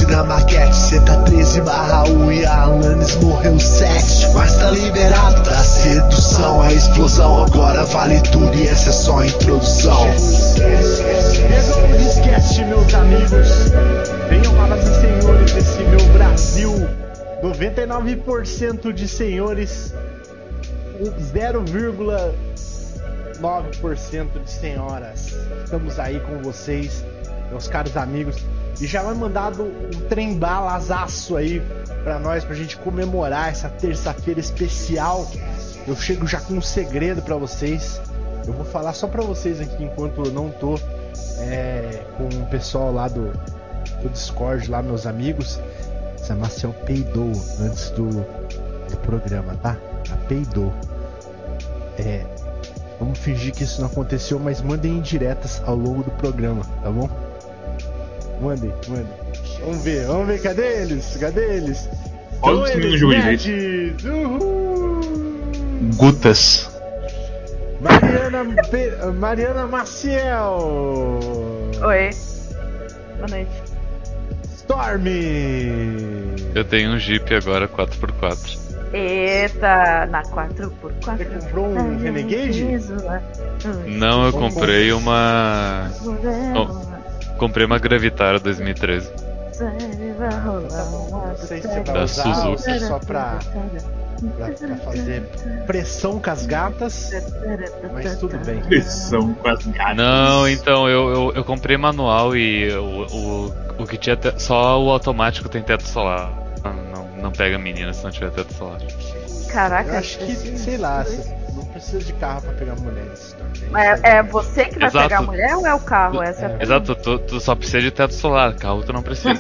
na maquete. Cê tá 13/1 e a Alanis morreu 7. Mas tá liberado da sedução. A explosão agora vale tudo e essa é só a introdução. Chegou o Discast, meus amigos. Venham, senhoras e senhores, desse meu Brasil. 99% de senhores, 0,9% de senhoras. Estamos aí com vocês, meus caros amigos. E já vai mandado um trem-balazaço aí pra nós, pra gente comemorar essa terça-feira especial. Eu chego já com um segredo pra vocês. Eu vou falar só pra vocês aqui enquanto eu não tô com o pessoal lá do Discord, lá, meus amigos. Essa Marcel peidou antes do programa, tá? Ela peidou. Vamos fingir que isso não aconteceu, mas mandem indiretas ao longo do programa, tá bom? Mandem. Vamos ver, cadê eles? Olha o time no jogo direito. Gutas. Mariana Maciel. Oi. Boa noite. Stormy. Eu tenho um Jeep agora 4x4. Eita, na 4x4. Você comprou um Renegade? Não, eu comprei uma. Comprei uma Gravitar 2013. Não sei se você vai Da usar Suzuki. só pra fazer pressão com as gatas, mas tudo bem. Pressão com as gatas. Não, então, eu comprei manual e o que tinha só o automático tem teto solar. Não pega menina se não tiver teto solar. Caraca, Eu acho que, sei lá, você não precisa de carro pra pegar mulheres. Mas é você que vai Exato. pegar a mulher ou é o carro? Exato, tu só precisa de teto solar, carro tu não precisa.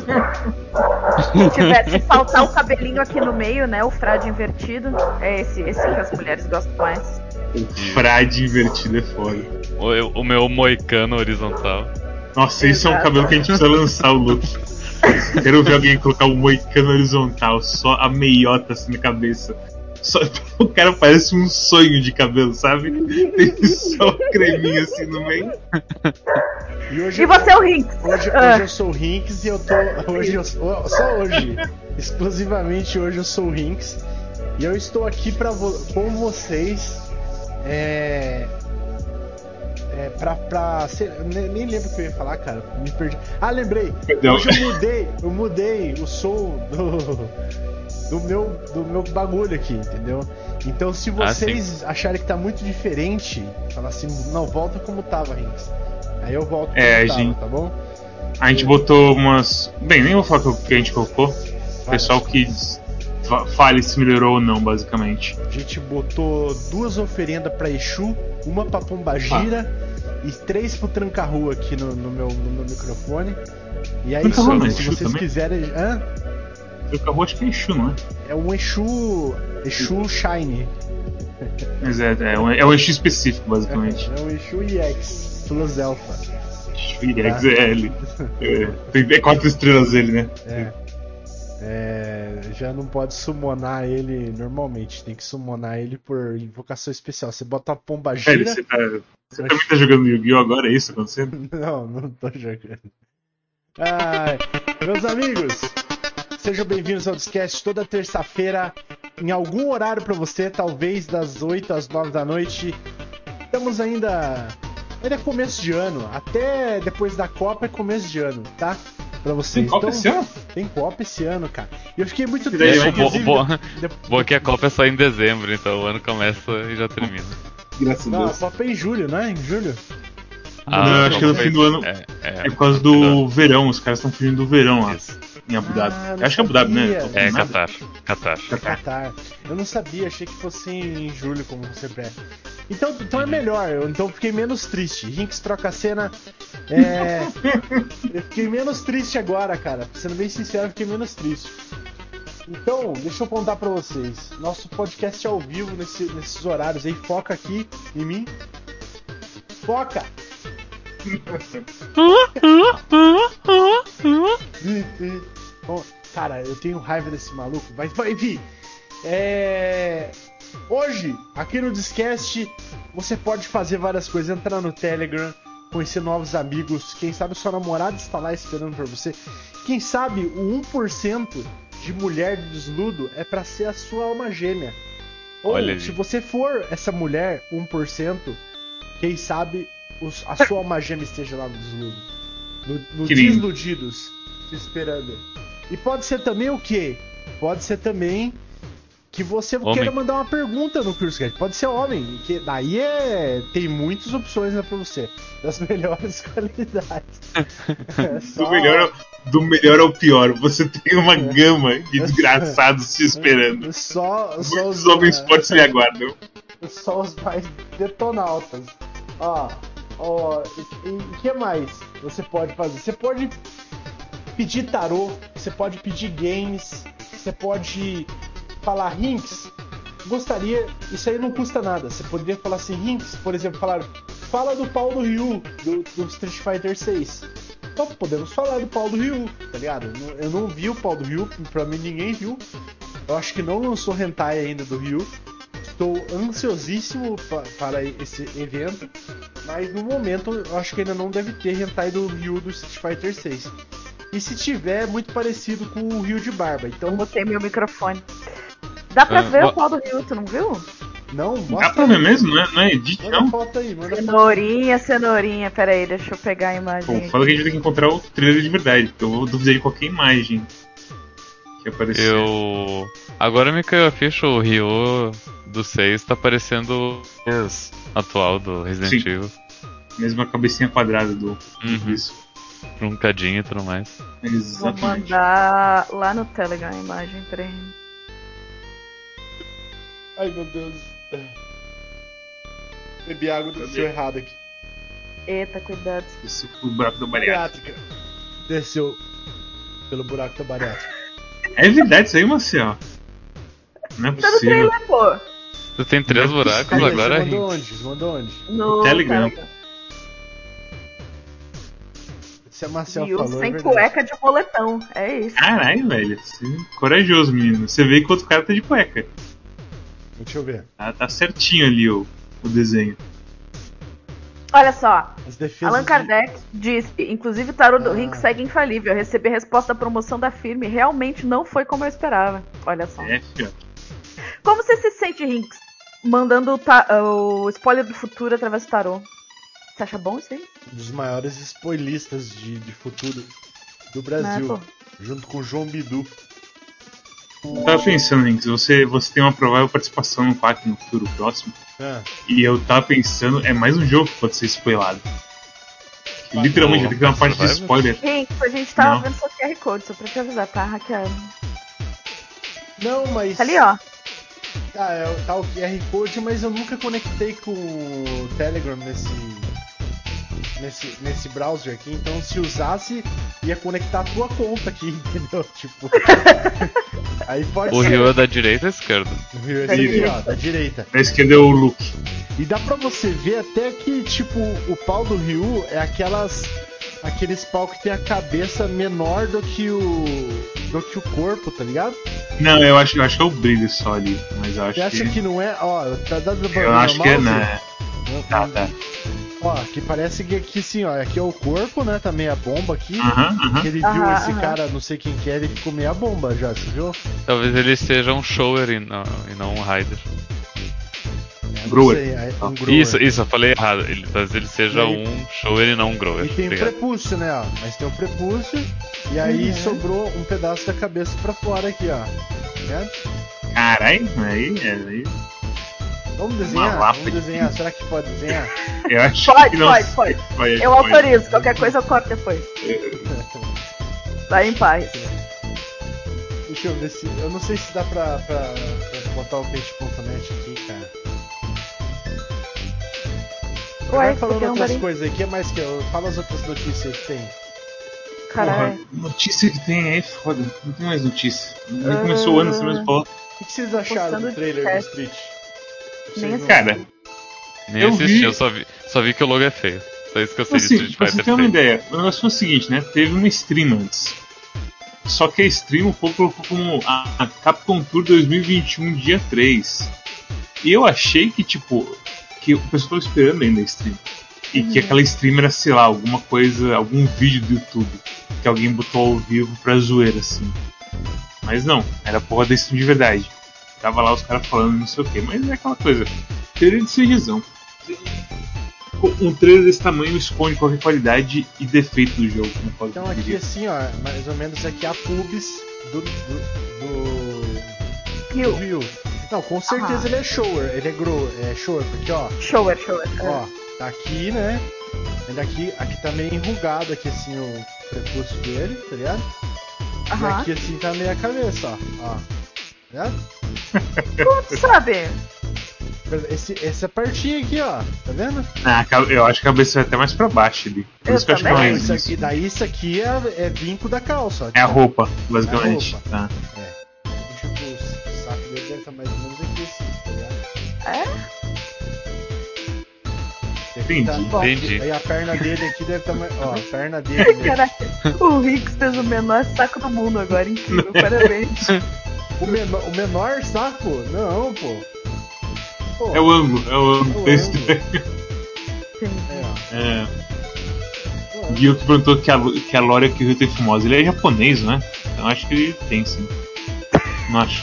Se faltar o cabelinho aqui no meio, né? O frade invertido. É esse que as mulheres gostam mais. O frade invertido é foda. O meu moicano horizontal. Nossa, isso é um cabelo que a gente precisa lançar, o look. Quero ver alguém colocar um moicano horizontal, só a meiota assim na cabeça. O cara parece um sonho de cabelo, sabe? Tem só um creminho assim no meio. E você é o Rinks? Hoje eu sou o Rinks e eu tô. Só hoje. Exclusivamente hoje eu sou o Rinks. E eu estou aqui com vocês. Nem lembro o que eu ia falar, cara. Me perdi. Ah, lembrei. Perdão. Hoje eu mudei o som do meu bagulho aqui, entendeu? Então se vocês acharem que tá muito diferente, fala assim, não, volta como tava, Rinks. Aí eu volto como tava, tá bom? A gente botou umas... Bem, nem vou falar o que a gente colocou. O pessoal que fale se melhorou ou não, basicamente. A gente botou 2 oferendas pra Exu, uma pra Pombagira e 3 pro Tranca-Rua aqui no meu microfone. E aí, se vocês quiserem... Hã? Tranca-Rua acho que é Exu, não é? É um Exu Shine. Mas é um Exu específico, basicamente. É um Exu EX Plus Alpha. Exu EX é ele. Tem 4 estrelas ele, né? Já não pode summonar ele normalmente, tem que summonar ele por invocação especial. Você bota a Pombagira. Você também tá jogando Yu-Gi-Oh! Agora? É isso acontecendo? Não tô jogando. Meus amigos, sejam bem-vindos ao Discast toda terça-feira, em algum horário pra você, talvez das 8 às 9 da noite. Estamos ainda é começo de ano, até depois da Copa é começo de ano, tá? Pra vocês. Tem Copa esse ano? Tem Copa esse ano, cara. E eu fiquei muito triste. Bom que a Copa é só em dezembro, então o ano começa e já termina. Graças a Deus. A Copa é em julho, não é? Em julho? Não, acho que no fim do ano é por causa do verão, os caras estão fugindo do verão lá. Isso. Em Abu Dhabi. Acho que é Abu Dhabi, né? É, Catar. Eu não sabia, achei que fosse em julho, como você prefere. Então é melhor, então fiquei menos triste. Rinks troca a cena. Eu fiquei menos triste agora, cara. Sendo bem sincero, eu fiquei menos triste. Então, deixa eu contar pra vocês. Nosso podcast é ao vivo nesses horários aí. Foca aqui em mim. Foca! Bom, cara, eu tenho raiva desse maluco, mas enfim. Hoje, aqui no Discast, você pode fazer várias coisas. Entrar no Telegram, conhecer novos amigos. Quem sabe sua namorada está lá esperando por você. Quem sabe o 1% de mulher do desludo é pra ser a sua alma gêmea. Ou Olha se aí. você for essa mulher, 1%, quem sabe a sua alma gêmea esteja lá no desludo. No Que lindo. Desludidos, te esperando. E pode ser também o quê? Pode ser também que você Homem. queira mandar uma pergunta no CuriousCast. Pode ser homem, que daí tem muitas opções lá pra você. Das melhores qualidades. É só- Do melhor ao pior. Você tem uma gama de desgraçados te esperando. Só Muitos homens fortes lhe aguardam. Só os mais detonautas. Ó, e o que mais você pode fazer? Você pode pedir tarô, você pode pedir games, você pode falar Rinks. Gostaria, isso aí não custa nada. Você poderia falar assim, Rinks, por exemplo, fala do pau do Ryu, do Street Fighter 6. Então podemos falar do pau do Ryu, tá ligado? Eu não vi o pau do Ryu, pra mim ninguém viu. Eu acho que não lançou hentai ainda do Ryu. Estou ansiosíssimo para esse evento, mas no momento eu acho que ainda não deve ter hentai do Ryu do Street Fighter 6. E se tiver, é muito parecido com o Ryu de barba. Então, Botei meu microfone. Dá pra ver o pau do Ryu, tu não viu? não, Dá mostra pra ver mesmo? Não é edit, Manda não? foto aí, manda foto. Cenourinha. Pera aí, deixa eu pegar a imagem. Pô, fala que a gente vai ter que encontrar o trailer de verdade, porque eu vou duvidar de qualquer imagem que aparecer. Agora me caiu a ficha, o Ryu do 6 tá parecendo o atual do Resident Sim. Evil. Mesmo a cabecinha quadrada do isso. Truncadinho e tudo mais. Vou Exatamente. mandar lá no Telegram a imagem, peraí. Ai, meu Deus. Bebi água desceu errado aqui. Eita, cuidado. Esse o buraco da bariátrica. Bariátrica. Desceu pelo buraco da bariátrica. É verdade isso aí, Marcel. Não é Tá no possível. trailer, pô. Tu tem 3 buracos, Cadê? agora Você mandou Rinks. onde? Você mandou onde? No Telegram. Se a Marcel Ryu falou, é sem verdade. cueca de moletom. É isso. Caralho, velho. Corajoso, menino. Você vê que o outro cara tá de cueca. Deixa eu ver. Tá certinho ali o desenho. Olha só. As defesas Allan Kardec disse, inclusive o tarô do Rinks segue infalível. Eu recebi a resposta da promoção da firma e realmente não foi como eu esperava. Olha só. É, filho. Como você se sente, Rinks, mandando o spoiler do futuro através do tarô? Você acha bom isso aí? Um dos maiores spoilistas de futuro do Brasil. Não, pô. Junto com o João Bidu. Eu tava pensando, Links, você tem uma provável participação no FAQ no futuro próximo. Ah, E eu tava pensando, é mais um jogo que pode ser spoilado. Literalmente, vai ter que ter uma parte de spoiler. Rinks, a gente tava Não. vendo seu QR Code, só pra te avisar, tá, Raquel? não, mas. Tá ali, ó. Tá o QR Code, mas eu nunca conectei com o Telegram nesse browser aqui, então se usasse, ia conectar a tua conta aqui, entendeu? Tipo. Aí pode O ser. Ryu é da direita ou esquerda? O Rio é aqui, ó, da direita. A esquerda é o Luke. E dá pra você ver até que, tipo, o pau do Ryu é aqueles pau que tem a cabeça menor do que o corpo, tá ligado? Não, eu acho que é o brilho só ali. Mas eu acho Você acha que não é? Ó, tá dando pra ver Eu acho no que é, mouse? né? Tá. Ó, que parece que aqui sim, ó, aqui é o corpo, né? Tá meia bomba aqui. Aham. Que ele viu esse cara, não sei quem que é, ele ficou meia bomba já, você viu? Talvez ele seja um shower e não um rider. Não Grower. sei, é um grower. Isso, eu falei errado. Talvez ele seja E aí- um shower e não um grower. E tem o Obrigado. prepúcio, né, ó. Mas tem o prepúcio e aí sobrou um pedaço da cabeça pra fora aqui, ó. Né? Caralho, aí. Vamos Uma desenhar? lapa Vamos de- desenhar? Será que pode desenhar? Eu acho Pode, que não. pode. Pode. Eu autorizo, qualquer coisa eu corto depois. Vai em paz. Deixa eu ver se. Eu não sei se dá pra botar o peixe.net aqui, cara. Vai Ué, falando porque não outras daria. coisas aí. O que mais que eu. Fala as outras notícias que tem. Caralho. Porra, notícia que tem aí é foda. Não tem mais notícia. Nem começou o ano, você mesmo falou. O que vocês acharam Postando do trailer do direto. Street? Nem Vocês não- Cara, Nem eu assisti, vi- eu só vi que o logo é feio. Só isso que eu sei de assim, Street pra você Fighter ter uma 6. ideia, o negócio foi o seguinte, né? Teve uma stream antes. Só que a stream o povo colocou como a Capcom Tour 2021, dia 3. E eu achei que, tipo, que o pessoal tava esperando ainda a stream. E que aquela stream era, sei lá, alguma coisa, algum vídeo do YouTube que alguém botou ao vivo pra zoeira, assim. Mas não, era porra da stream de verdade. Tava lá os caras falando não sei o que, mas é aquela coisa. Teoria de cirurgião. Um trailer desse tamanho esconde qualquer qualidade e defeito do jogo. Então aqui assim, ó, mais ou menos aqui a pubs do Ryu. Não, com certeza ele é shower, ele é shower, porque ó. Shower. Ó, tá aqui, né? Ainda aqui tá meio enrugado aqui assim o prepúcio dele, tá ligado? E aqui assim tá meio a cabeça, ó. Tá ligado? Como tu sabe? Essa partinha aqui, ó, tá vendo? Eu acho que a cabeça vai até mais pra baixo ali. Por isso que eu acho que também. não é isso. Daí isso aqui é vinco da calça, ó. É a roupa, basicamente. É a roupa. Tá. Tipo, o saco dele deve estar mais ou menos aqui assim, tá ligado? Entendi. Aí a perna dele aqui deve estar mais. Ó, a perna dele. Caraca, o Rix fez o menor saco do mundo agora, incrível, parabéns. O menor saco? Não, pô. É o ângulo. Guio que perguntou que a Lore que o Rio tem famosa. Ele é japonês, né? Então acho que ele tem, sim. Não acho.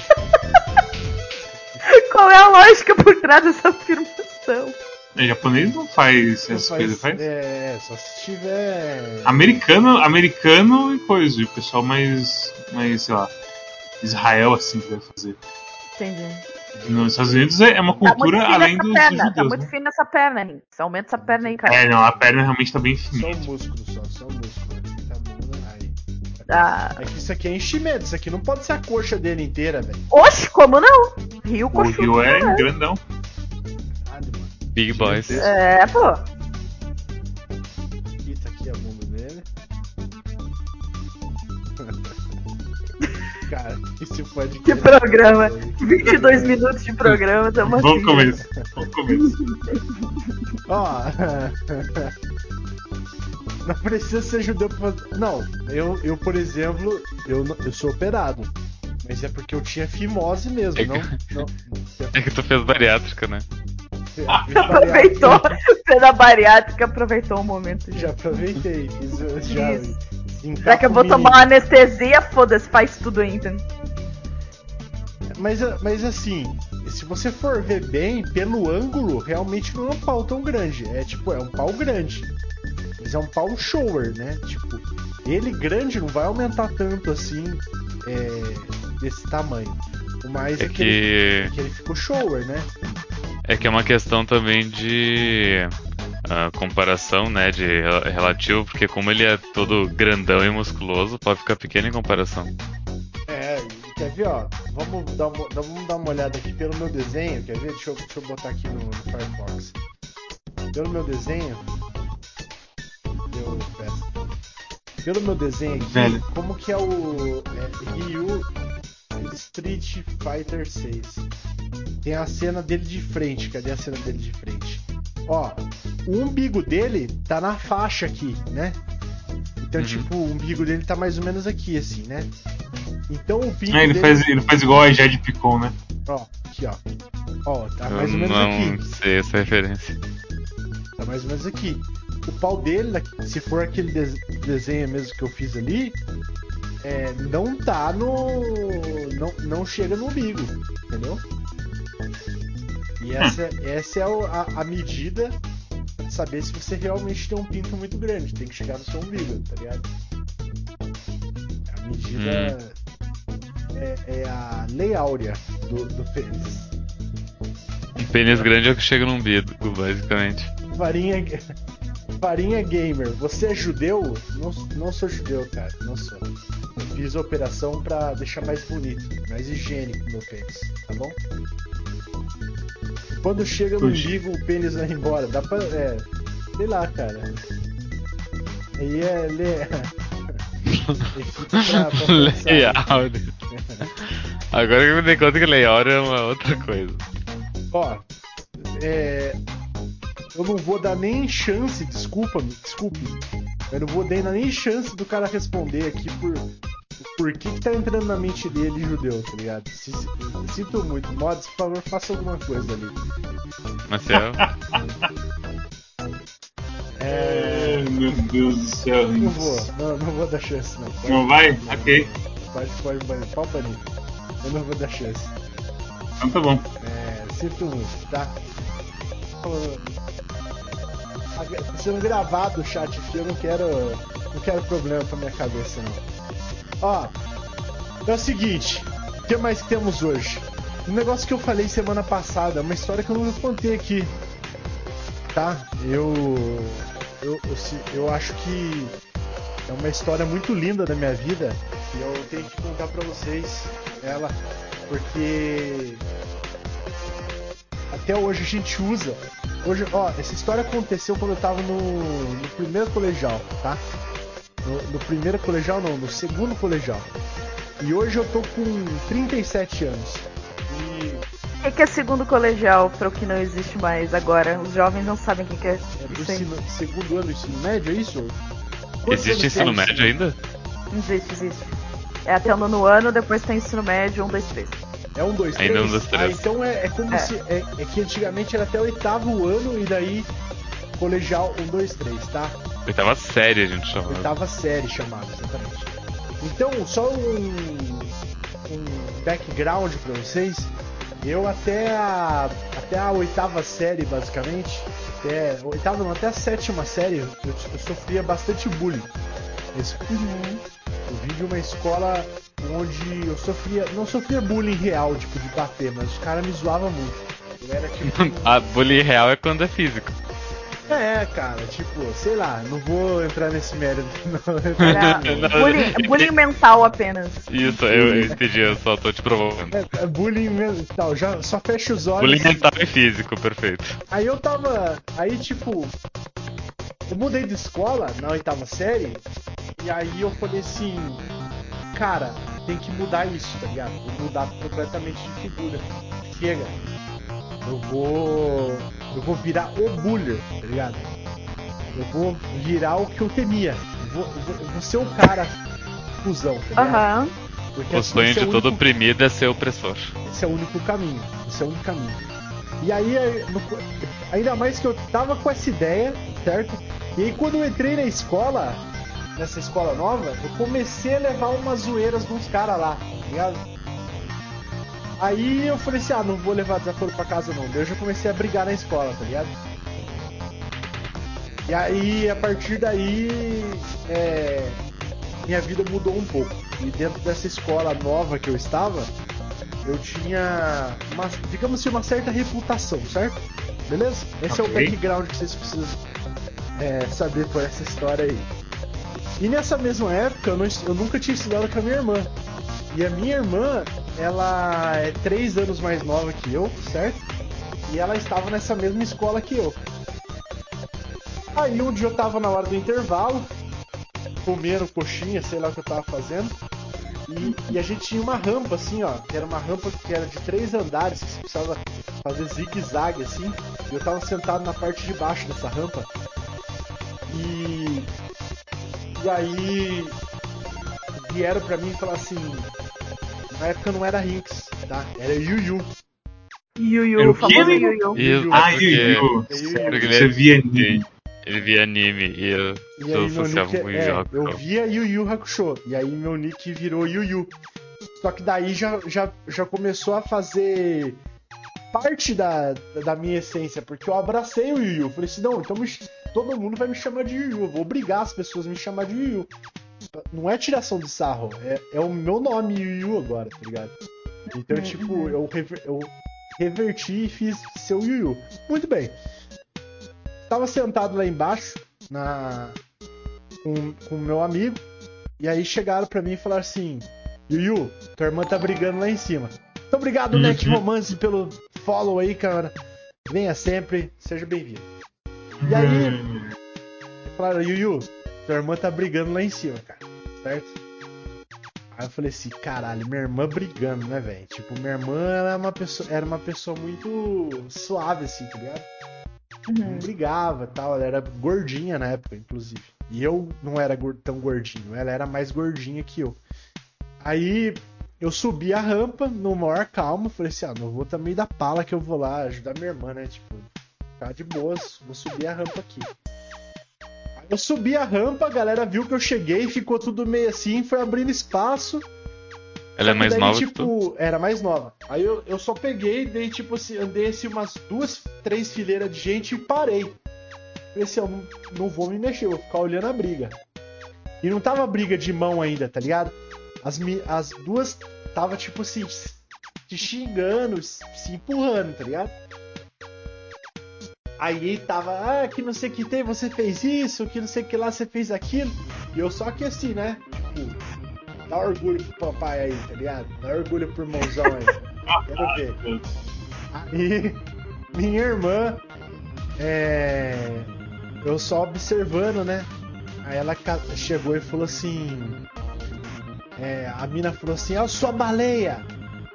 Qual é a lógica por trás dessa afirmação? Japonês não faz essas coisas, faz? Só se tiver. Americano e coisa. E o pessoal mais, sei lá, Israel assim que deve fazer. Entendi. Nos Estados Unidos é uma cultura além dos judeus. Tá muito fino essa perna, Rix. Aumenta essa perna aí, cara. Não, a perna realmente tá bem fininha. Só o músculo. Tá bom, aí. Ah. É que isso aqui é enchimento, isso aqui não pode ser a coxa dele inteira, velho. Oxe, como não? Rio O coxudo. Rio é grandão. Big Boys. Pô. Aqui tá aqui a bunda dele. Cara, esse pode. Que programa. 22 minutos de programa, tá uma Vamos começar. Ó. Não precisa ser judeu pra fazer. Não, eu por exemplo, eu sou operado. Mas é porque eu tinha fimose mesmo, É que tu fez bariátrica, né? Aproveitou, fez a bariátrica, aproveitou o momento. Já aproveitei, Já que eu vou tomar uma anestesia, foda-se, faz tudo ainda. Mas assim, se você for ver bem, pelo ângulo, realmente não é um pau tão grande. É um pau grande. Mas é um pau shower, né? Tipo, ele grande não vai aumentar tanto assim, desse tamanho. O mais é que ele ficou shower, né? É que é uma questão também de comparação, né? De relativo, porque como ele é todo grandão e musculoso, pode ficar pequeno em comparação. Quer ver, ó? Vamos dar uma olhada aqui pelo meu desenho, quer ver? Deixa eu botar aqui no Firefox. Pelo meu desenho. Pelo meu desenho aqui, velho, como que é o Ryu Street Fighter 6? Tem a cena dele de frente. Cadê a cena dele de frente? Ó, o umbigo dele tá na faixa aqui, né? Então, tipo, o umbigo dele tá mais ou menos aqui, assim, né? Então o pinto ele faz igual a Jade Picon, né? Ó, aqui, ó. Ó, tá mais ou menos aqui. Não sei essa referência. Tá mais ou menos aqui. O pau dele, se for aquele desenho mesmo que eu fiz ali, não tá no... Não chega no umbigo, entendeu? E essa é a medida de saber se você realmente tem um pinto muito grande. Tem que chegar no seu umbigo, tá ligado? A medida é a lei áurea do pênis. Um pênis grande é o que chega no umbigo, basicamente. Farinha Gamer, você é judeu? Não sou judeu, cara. Não sou. Eu fiz a operação pra deixar mais bonito, mais higiênico meu pênis, tá bom? Quando chega no umbigo, o pênis vai embora. Dá pra. Sei lá, cara. Aí Layout. Agora que eu me dei conta que layout é uma outra coisa. Ó, eu não vou dar nem chance, desculpe, eu não vou dar nem chance do cara responder aqui por que tá entrando na mente dele judeu, tá ligado? Sinto muito, mods, por favor, faça alguma coisa ali. Marcel. Meu Deus do céu. Não vou dar chance, não. Não vai? Ok. Pode banir, pode banir. Eu não vou dar chance. Então tá bom. Sinto muito, tá? Sendo gravado o chat aqui, eu não quero problema pra minha cabeça, não. Ó, é o seguinte, o que mais que temos hoje? Um negócio que eu falei semana passada, uma história que eu nunca contei aqui, tá? Eu acho que é uma história muito linda da minha vida e eu tenho que contar pra vocês ela, porque até hoje a gente usa. Hoje, ó, essa história aconteceu quando eu tava no primeiro colegial, tá? No primeiro colegial não, no segundo colegial. E hoje eu tô com 37 anos. O que é segundo colegial, para o que não existe mais agora? Os jovens não sabem o que é. Segundo ano do ensino médio, é isso? Existe ensino médio ainda? Existe. É até o 9º ano, depois tem ensino médio, 1, 2, 3. É 1, 2, 3? Ainda 1, 2, 3. Então é como se... É que antigamente era até o 8º ano e daí colegial 1, 2, 3, tá? Oitava série a gente chamava. Oitava série chamava, exatamente. Então, só um background pra vocês. Eu até a 8ª série, basicamente, até a 7ª série, eu sofria bastante bullying. Eu vim de uma escola onde eu não sofria bullying real, tipo, de bater, mas os caras me zoavam muito. Eu era tipo... A bullying real é quando é físico. Cara, tipo, sei lá, não vou entrar nesse mérito. Bullying mental apenas. Isso, eu entendi, eu só tô te provocando. Bullying mental, já só fecha os olhos. Bullying mental e físico, perfeito. Aí tipo, eu mudei de escola na 8ª série, e aí eu falei assim, cara, tem que mudar isso, tá ligado? Vou mudar completamente de figura. Chega. Eu vou virar o buller, tá ligado? Eu vou virar o que eu temia. Eu vou ser o cara cuzão, tá ligado? Porque, o sonho de todo oprimido é ser opressor. Esse é o único caminho. E aí, ainda mais que eu tava com essa ideia, certo? E aí quando eu entrei nessa escola nova, eu comecei a levar umas zoeiras de uns caras lá, tá ligado? Aí eu falei assim, não vou levar desaforo pra casa não. Daí eu já comecei a brigar na escola, tá ligado? E aí, a partir daí, minha vida mudou um pouco. E dentro dessa escola nova que eu estava, eu tinha, digamos assim, uma certa reputação, certo? Beleza? Esse é o background que vocês precisam saber por essa história aí. E nessa mesma época, eu nunca tinha estudado com a minha irmã. E a minha irmã, ela é 3 anos mais nova que eu, certo? E ela estava nessa mesma escola que eu. Aí um dia eu tava na hora do intervalo, comendo coxinha, sei lá o que eu tava fazendo. E a gente tinha uma rampa assim, ó, que era uma rampa que era de 3 andares, que você precisava fazer zigue-zague assim. E eu tava sentado na parte de baixo dessa rampa. E aí vieram pra mim e falaram assim, na época não era Rinks, tá? Era Yu-Yu. O famoso Yu-Yu. Yu-Yu. Você via anime. Ele via anime e eu associava com jogos. Eu via Yu Yu Hakusho, e aí meu nick virou Yu-Yu. Só que daí já começou a fazer parte da minha essência, porque eu abracei o Yu-Yu. Falei assim, não, então todo mundo vai me chamar de Yu-Yu, eu vou obrigar as pessoas a me chamar de Yu-Yu. Não é tiração de sarro, é o meu nome Yu-Yu agora, tá ligado? Então, tipo, eu reverti e fiz seu Yu-Yu. Muito bem. Tava sentado lá embaixo com o meu amigo, e aí chegaram pra mim e falaram assim, Yu-Yu, tua irmã tá brigando lá em cima. Muito obrigado, Net Romance, pelo follow aí, cara. Venha sempre, seja bem-vindo. E aí, falaram, Yu-Yu, tua irmã tá brigando lá em cima, cara, certo? Aí eu falei assim, caralho, minha irmã brigando, né, velho? Tipo, minha irmã era uma pessoa muito suave, assim, tá ligado? Não brigava e tal, ela era gordinha na época, inclusive. E eu não era tão gordinho, ela era mais gordinha que eu. Aí eu subi a rampa no maior calma, falei assim, não vou também dar pala que eu vou lá ajudar minha irmã, né? Tipo, ficar de boas, vou subir a rampa aqui. Eu subi a rampa, a galera viu que eu cheguei, ficou tudo meio assim, foi abrindo espaço. Ela é mais daí, nova tipo, que tu? era mais nova. Aí eu só peguei, dei tipo assim, andei assim umas 2, 3 fileiras de gente e parei. Falei assim, eu não vou me mexer, vou ficar olhando a briga. E não tava briga de mão ainda, tá ligado? As duas tava tipo assim, se xingando, se empurrando, tá ligado? Aí tava, que não sei o que tem, você fez isso, que não sei o que lá, você fez aquilo. E eu só que assim, né? Tipo, dá orgulho pro papai aí, tá ligado? Dá orgulho pro irmãozão aí. Quero ver. Aí, minha irmã, eu só observando, né? Aí ela chegou e falou assim. A mina falou assim, sua baleia!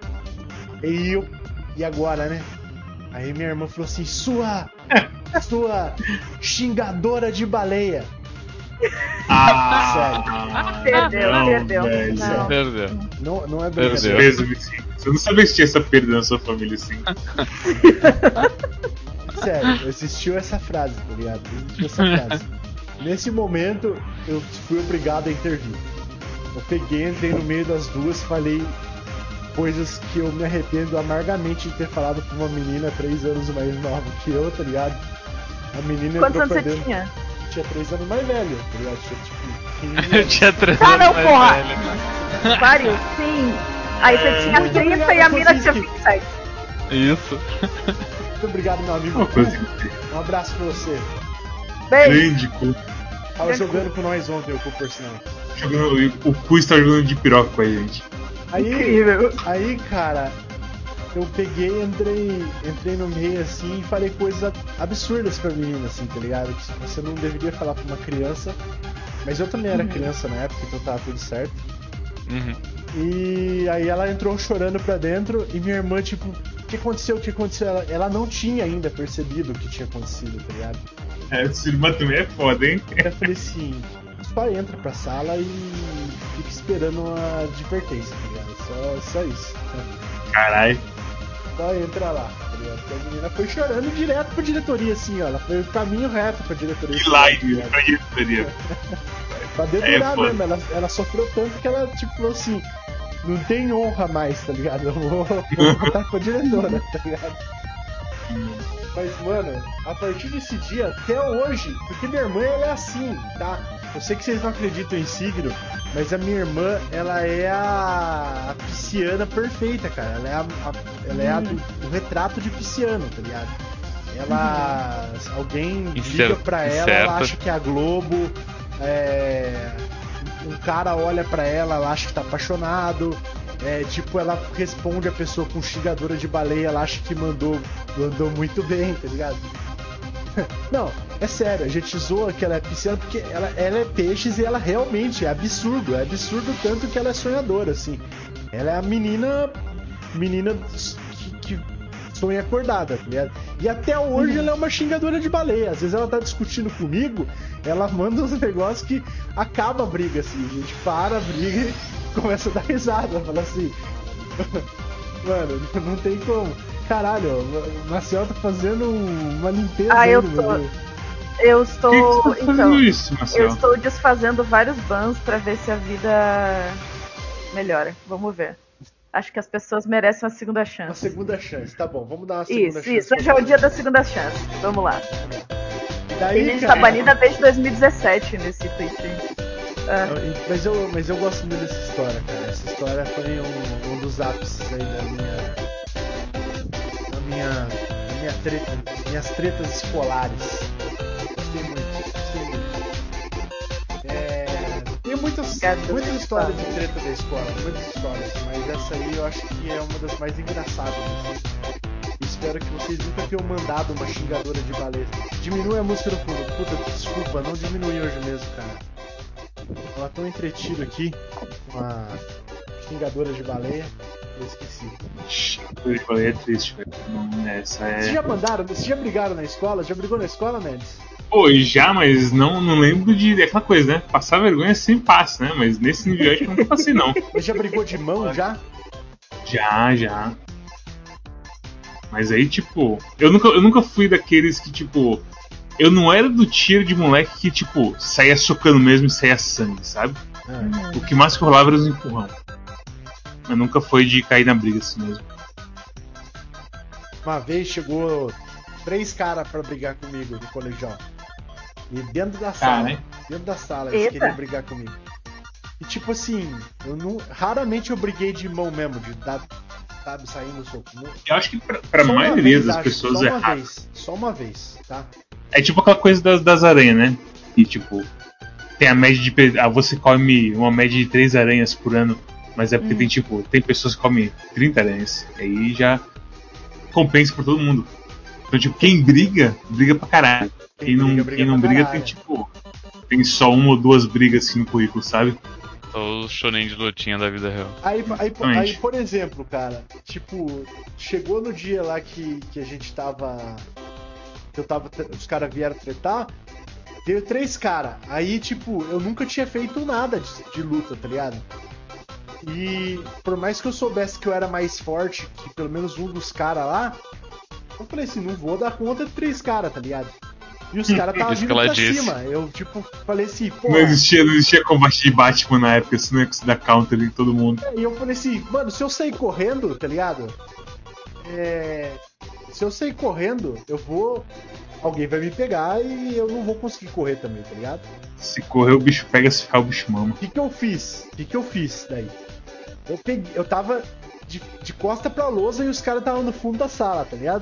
E agora, né? Aí minha irmã falou assim, sua xingadora de baleia. Sério. Perdeu. Velho. Não. Perdeu. Não é brincadeira. Pêsame, sim. Você não sabia que tinha essa perda na sua família, assim. Sério, existiu essa frase, tá ligado? Existiu essa frase. Nesse momento, eu fui obrigado a intervir. Eu peguei, entrei no meio das duas, falei coisas que eu me arrependo amargamente de ter falado pra uma menina 3 anos mais nova que eu, tá ligado? A menina Quantos entrou anos pra você dentro. tinha? Tinha 3 anos mais velho, tá ligado? Tinha tipo 15 Eu anos. tinha 3 Ah, anos não, mais porra! velho. Vários? Sim. Aí você tinha Muito 30 obrigado, e a mina tinha Kozinski. 27. Isso. Muito obrigado, meu amigo. Uma coisa Um abraço pra você. Beijo. grande, Tava jogando com nós ontem, o Cu, por sinal. o Cu está jogando de piroca com a gente. Incrível. Aí, cara, eu peguei, entrei no meio assim e falei coisas absurdas pra menina, assim, tá ligado? Que você não deveria falar pra uma criança. Mas eu também era criança na época, então tava tudo certo. Uhum. E aí ela entrou chorando pra dentro e minha irmã, tipo, o que aconteceu? Ela não tinha ainda percebido o que tinha acontecido, tá ligado? Essa irmã também é foda, hein? Eu falei assim, só entra pra sala e fica esperando uma advertência, tá ligado? Só isso. Caralho. Só entra lá, tá ligado? Porque a menina foi chorando direto pra diretoria, assim, ó. Ela foi o caminho reto pra diretoria. Que live pra diretoria. Pra dedurar foda. mesmo, ela sofreu tanto que ela, tipo, falou assim, não tem honra mais, tá ligado? Eu vou contar com a diretora, tá ligado? Mas, mano, a partir desse dia, até hoje, porque minha irmã, ela é assim, tá? Eu sei que vocês não acreditam em signo, mas a minha irmã, ela é a pisciana perfeita, cara. Ela é o retrato de pisciano, tá ligado? Ela... Alguém liga pra ela acha que é a Globo, um cara olha pra ela acha que tá apaixonado. Tipo, ela responde a pessoa com xingadora de baleia, ela acha que mandou muito bem, tá ligado? Não, é sério, a gente zoa que ela é pisciana porque ela é peixes e ela realmente é absurdo tanto que ela é sonhadora, assim. Ela é a menina que sonha acordada, tá ligado? E até hoje ela é uma xingadora de baleia. Às vezes ela tá discutindo comigo, ela manda uns negócios que acaba a briga, assim. A gente para a briga e começa a dar risada. Fala assim, mano, não tem como. Caralho, o Marcel tá fazendo uma limpeza aí Eu no tô. meu... Eu estou. Por que você tá fazendo Então, isso, Marcel? eu estou desfazendo vários bans pra ver se a vida melhora. Vamos ver. Acho que as pessoas merecem uma segunda Uma chance. segunda chance, tá bom, vamos dar uma segunda chance. Isso. Hoje é o dia da segunda chance. Vamos lá. E A daí, gente tá cara... banida desde 2017 nesse Twitch. Mas eu gosto muito dessa história, cara. Essa história foi um dos ápices aí minhas tretas escolares. Gostei muito. Tem muitas histórias de treta da escola, muitas histórias, mas essa aí eu acho que é uma das mais engraçadas. Espero que vocês nunca tenham mandado uma xingadora de baleia. Diminui a música no fundo. Puta, desculpa, não diminui hoje mesmo, cara. Ela tão entretido aqui com a xingadora de baleia, eu esqueci. Xingadora de baleia é triste, velho. Vocês já brigaram na escola? Já brigou na escola, Mendes? Pô, já, mas não lembro de... É aquela coisa, né? Passar vergonha sempre passa, né? Mas nesse nível acho que eu nunca passei, não. Mas já brigou de mão, já? Já. Mas aí, tipo... Eu nunca fui daqueles que, tipo... eu não era do tiro de moleque que, tipo, saía socando mesmo e saía sangue, sabe? O que mais que rolava era os empurrão. Mas nunca foi de cair na briga assim mesmo. Uma vez chegou 3 caras pra brigar comigo no colegial. E dentro da sala. hein? Dentro da sala, eles queriam brigar comigo. E tipo assim, raramente eu briguei de mão mesmo, de dar, sabe, sair no soco. Eu acho que pra maioria das pessoas é errado. Só uma vez, tá? É tipo aquela coisa das aranhas, né? E tipo, tem a média de. Você come uma média de 3 aranhas por ano, mas é porque tem pessoas que comem 30 aranhas. Aí já compensa por todo mundo. Então, tipo, quem briga pra caralho. Quem não briga tem, tipo, tem só 1 ou 2 brigas assim no currículo, sabe? Só o shonen de lutinha da vida real. Aí, por exemplo, cara, tipo, chegou no dia lá que a gente tava. Os caras vieram tretar, veio 3 caras. Aí, tipo, eu nunca tinha feito nada de luta, tá ligado? E por mais que eu soubesse que eu era mais forte que pelo menos um dos caras lá, eu falei assim, não vou dar conta de 3 caras, tá ligado? E os caras estavam vindo pra cima. Eu, tipo, falei assim, pô. Não existia combate de Batman na época, senão ia conseguir dar counter em todo mundo. E eu falei assim, mano, se eu sair correndo, tá ligado? Se eu sair correndo, eu vou. Alguém vai me pegar e eu não vou conseguir correr também, tá ligado? Se correr, o bicho pega, se ficar, o bicho mama. O que eu fiz daí? Eu tava de costa pra lousa e os caras estavam no fundo da sala, tá ligado?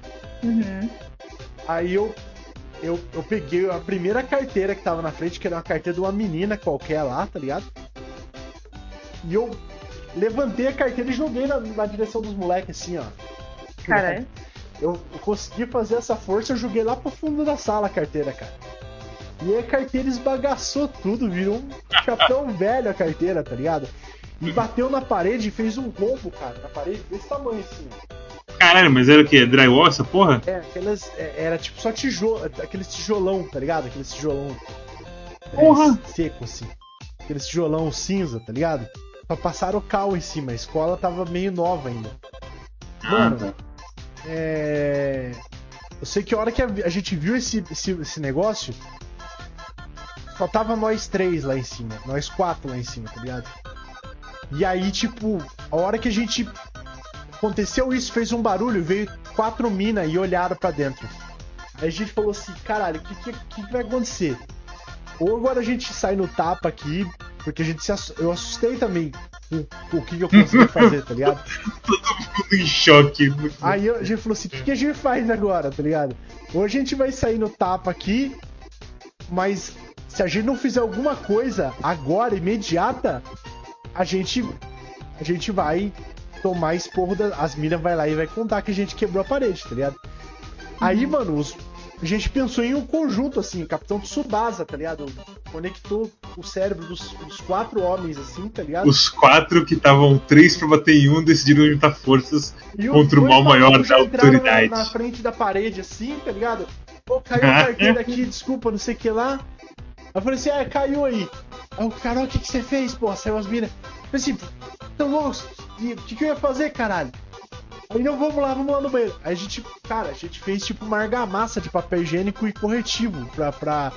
Aí eu peguei a primeira carteira que tava na frente, que era uma carteira de uma menina qualquer lá, tá ligado? E eu levantei a carteira e joguei na direção dos moleques, assim, ó. Caralho. Eu consegui fazer essa força, eu joguei lá pro fundo da sala a carteira, cara. E aí a carteira esbagaçou tudo, virou um chapéu velho a carteira, tá ligado? E bateu na parede e fez um rombo, cara, na parede desse tamanho, assim, ó. Caralho, mas era o quê? Drywall essa porra? Era tipo só tijolo, aqueles tijolão, tá ligado? Aqueles tijolão seco, assim. Aqueles tijolão cinza, tá ligado? Só passaram o cal em cima, a escola tava meio nova ainda. Mano, eu sei que a hora que a gente viu esse negócio, só tava nós 3 lá em cima, nós 4 lá em cima, tá ligado? E aí, tipo, a hora que a gente aconteceu isso, fez um barulho, veio 4 minas e olharam pra dentro. Aí a gente falou assim, caralho, o que vai acontecer? Ou agora a gente sai no tapa aqui, porque eu assustei também com o que eu consegui fazer, tá ligado? Todo mundo em choque. Aí a gente falou assim, o que a gente faz agora, tá ligado? Ou a gente vai sair no tapa aqui, mas se a gente não fizer alguma coisa agora, imediata, a gente vai tomar esporro as minas vai lá e vai contar que a gente quebrou a parede, tá ligado? Aí, mano, a gente pensou em um conjunto, assim, Capitão Tsubasa, tá ligado? Conectou o cérebro dos 4 homens, assim, tá ligado? Os 4 que estavam 3 pra bater em 1 decidiram juntar forças contra o mal maior da autoridade. Na frente da parede, assim, tá ligado? Pô, caiu a carteira aqui, desculpa, não sei o que lá. Aí eu falei assim, caiu aí. Aí o cara, o que você fez, pô? Saiu as minas. Eu falei assim, tão loucos, o que eu ia fazer, caralho? Aí não, vamos lá no banheiro. Aí a gente fez tipo uma argamassa de papel higiênico e corretivo pra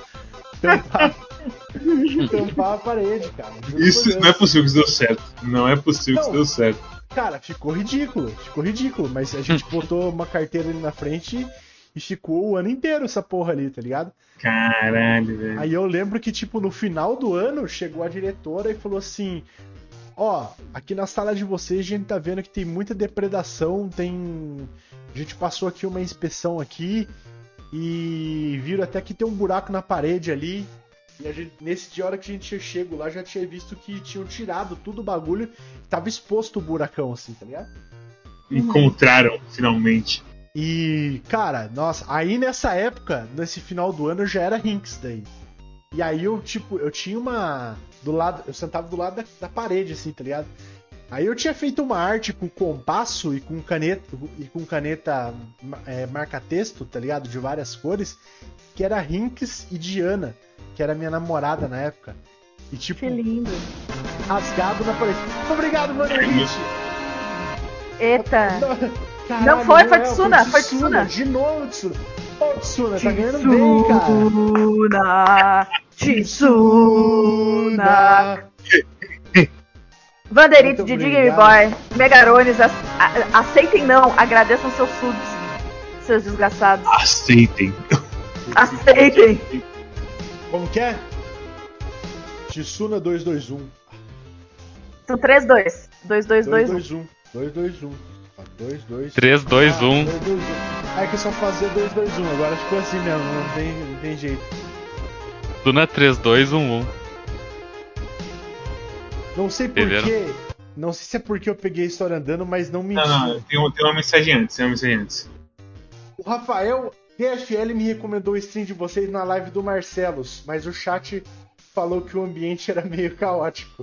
tampar a parede, cara. Isso não é possível que isso deu certo. Não é possível que isso deu certo. Cara, ficou ridículo, mas a gente botou uma carteira ali na frente e ficou o ano inteiro essa porra ali, tá ligado? Caralho, velho. Aí eu lembro que, tipo, no final do ano, chegou a diretora e falou assim, aqui na sala de vocês a gente tá vendo que tem muita depredação, a gente passou aqui uma inspeção aqui e viram até que tem um buraco na parede ali. E nesse dia, a hora que a gente chegou lá, já tinha visto que tinham tirado tudo o bagulho e tava exposto o buracão, assim, tá ligado? Encontraram, finalmente. E, cara, nossa, aí nessa época, nesse final do ano, eu já era Rinks daí. E aí eu tinha eu sentava do lado da parede, assim, tá ligado? Aí eu tinha feito uma arte com compasso e com caneta marca-texto, tá ligado? De várias cores, que era Rinks e Diana, que era minha namorada na época. E tipo, que lindo. Rasgado na parede. Obrigado, mano, Hit. Eita. Caralho, Não foi, foi é, Tsuna, foi Tsuna. De novo, Tsuna. Ô, Tsuna, tá ganhando bem, cara. Tsuna. Vanderite, Muito Didi Game obrigado. Boy, Megarones, aceitem não, agradeçam seus subs, seus desgraçados. Aceitem. Aceitem. Como que é? Tsuna 221. São 3-2. 2-2-2-1. 221. 221. 2-2. 3, 2, 1. 221. É que só fazia 221, agora ficou assim mesmo, não tem jeito. Tsuna 3, 2, 1, 1. Não sei porquê. Não sei se é porque eu peguei a história andando, mas não mentiu. Não, tem uma mensagem antes, O Rafael DFL me recomendou o stream de vocês na live do Marcelos, mas o chat falou que o ambiente era meio caótico.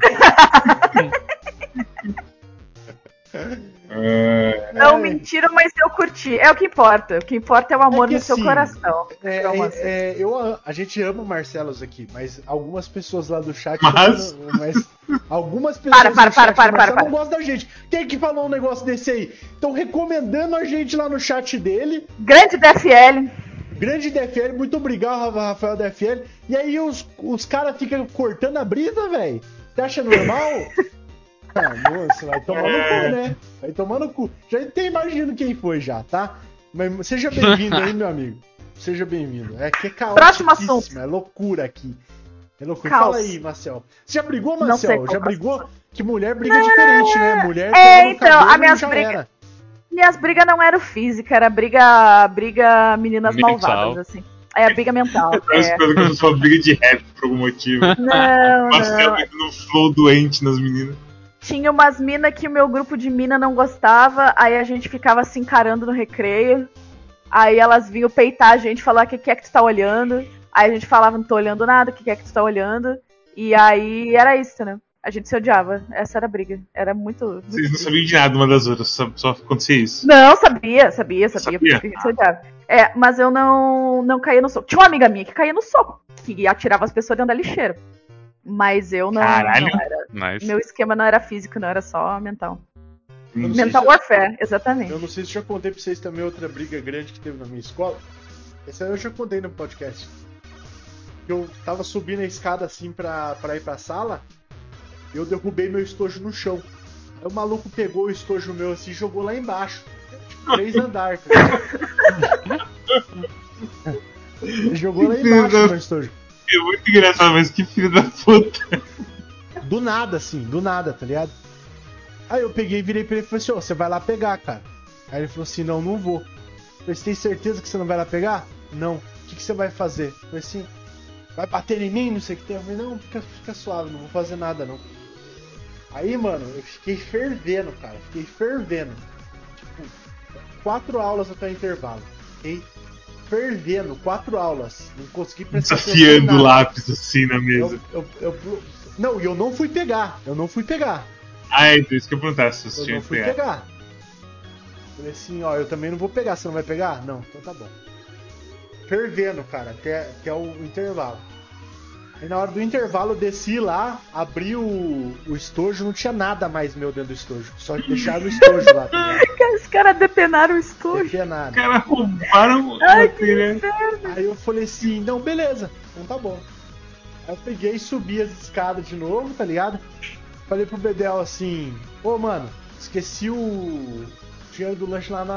Não mentiram, mas eu curti. É o que importa. O que importa é o amor que no seu assim, coração. A gente ama o Marcelos aqui, mas algumas pessoas lá do chat. Mas algumas pessoas Para. não gostam da gente. Quem que falou um negócio desse aí? Estão recomendando a gente lá no chat dele. Grande DFL. Grande DFL, muito obrigado, Rafael DFL. E aí os caras ficam cortando a brisa, velho. Você acha normal? Moço, vai tomar no cu, né? Vai tomar no cu. Já até imagino quem foi já, tá? Mas seja bem-vindo aí, meu amigo. Seja bem-vindo. É que é Próximo assunto. caótico. É loucura aqui. É loucura. Caos. Fala aí, Marcel. Você já brigou, Não sei Marcel? qual Já é. brigou? Que mulher briga diferente, né? Mulher então, cabelo a minhas já brigas- era. Minhas brigas não eram físicas, era briga meninas Mental. malvadas, assim. É a briga mental. eu tava esperando que eu fosse uma briga de rap por algum motivo. Não. Marcelo entra no flow doente nas meninas. Tinha umas minas que o meu grupo de mina não gostava, aí a gente ficava se encarando no recreio. Aí elas vinham peitar a gente, falar o que é que tu tá olhando. Aí a gente falava, não tô olhando nada, o que é que tu tá olhando. E aí era isso, né? A gente se odiava. Essa era a briga. Era muito. Vocês não sabiam de nada uma das outras, só acontecia isso. Não, sabia. Sabia? Porque a gente se odiava. É, mas eu não caía no soco. Tinha uma amiga minha que caía no soco, que atirava as pessoas dentro da lixeira. Mas eu não. Caralho. Não era. Nice. Meu esquema não era físico, não, era só mental. não sei Mental se- warfare, exatamente. Eu não sei se já contei pra vocês também outra briga grande que teve na minha escola. Essa aí eu já contei no podcast. Eu tava subindo a escada assim pra ir pra sala. E eu derrubei meu estojo no chão. Aí o maluco pegou o estojo meu assim e jogou lá embaixo. Tipo, 3 andares. Tá Ele jogou lá embaixo meu estojo. É muito engraçado, mas que filho da puta. Do nada, assim, do nada, tá ligado? Aí eu peguei e virei pra ele e falei assim, você vai lá pegar, cara. Aí ele falou assim, não vou. Eu falei, você tem certeza que você não vai lá pegar? Não. O que você vai fazer? Eu falei assim, vai bater em mim, não sei o que tem. Eu falei, não, fica suave, não vou fazer nada, não. Aí, mano, eu fiquei fervendo, cara. Fiquei fervendo. Tipo, 4 aulas até o intervalo. Fiquei fervendo, 4 aulas. Não consegui prestar atenção em Desafiando nada. o lápis assim na mesa. Não, e eu não fui pegar. Eu não fui pegar. Ah, é isso que eu perguntar se você Eu tinha não que fui pegar. pegar. Falei assim, ó, eu também não vou pegar. Você não vai pegar? Não, então tá bom. Fervendo, cara, até o intervalo. Aí na hora do intervalo eu desci lá, abri o estojo, não tinha nada mais meu dentro do estojo. Só deixaram o estojo lá. Tá ligado? Os caras depenaram o estojo. Não tinha nada. Os caras roubaram Ai, o material. Aí eu falei assim, não, beleza, então tá bom. Aí eu peguei e subi as escadas de novo, tá ligado? Falei pro Bedel assim, ô mano, esqueci o dinheiro do lanche lá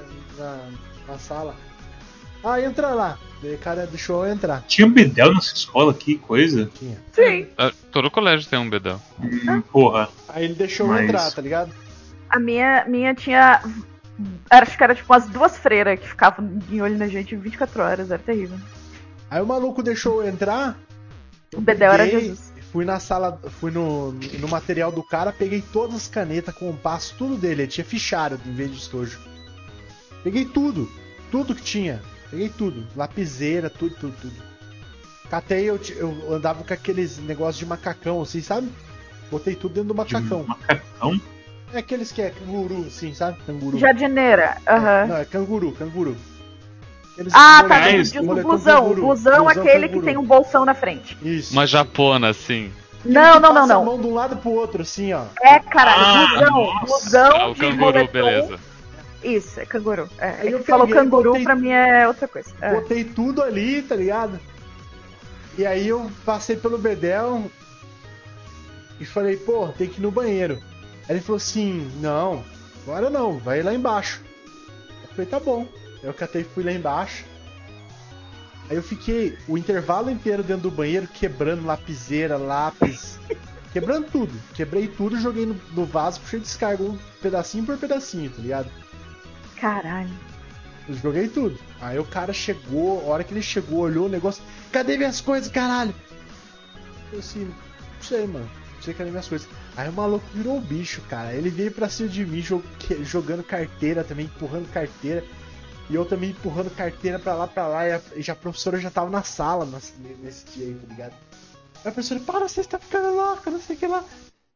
na sala. Ah, entra lá. Daí o cara deixou eu entrar. Tinha Bedel nessa escola, que coisa. Tinha. Sim. Ah, todo colégio tem um bedel. Porra. Aí ele deixou eu Mas- entrar, tá ligado? A minha tinha. Acho que era tipo umas 2 freiras que ficavam de olho na gente 24 horas, era terrível. Aí o maluco deixou eu entrar. O Bedel era peguei, Jesus. Fui na sala, fui no material do cara, peguei todas as canetas, compasso, tudo dele. Ele tinha fichário em vez de estojo. Peguei tudo que tinha. Peguei tudo, lapiseira, tudo. Catei, eu andava com aqueles negócios de macacão, assim, sabe? Botei tudo dentro do macacão. Macacão? É aqueles que é canguru, assim, sabe? Canguru. Jardineira, aham. Não, é canguru. Aqueles Ah, tá, moletom- diz o moletom blusão. canguru. Blusão aquele canguru. que tem um bolsão na frente. Isso. Uma japona, assim. Não. Passa a mão de um lado pro outro, assim, ó. É, caralho, Ah, blusão. nossa. Blusão Ah, o de canguru, moletom. beleza. Isso, é canguru. Aí eu Falou peguei, canguru, botei- pra mim é outra coisa. Botei tudo ali, tá ligado? E aí eu passei pelo Bedel e falei, pô, tem que ir no banheiro. Aí ele falou assim, não, agora não, vai lá embaixo. Eu falei, tá bom. Eu catei e fui lá embaixo. Aí eu fiquei o intervalo inteiro dentro do banheiro quebrando lapiseira, lápis, quebrando tudo. Quebrei tudo, joguei no vaso, puxei descarga um pedacinho por pedacinho, tá ligado? Caralho. Eu joguei tudo. Aí o cara chegou, a hora que ele chegou, olhou o negócio, cadê minhas coisas, caralho? Eu assim, não sei, mano, não sei cadê minhas coisas. Aí o maluco virou o bicho, cara. Ele veio pra cima de mim jogando carteira também, empurrando carteira. E eu também empurrando carteira pra lá, e a professora já tava na sala nesse dia aí, tá ligado? Aí a professora, para, você está ficando louco, não sei o que lá.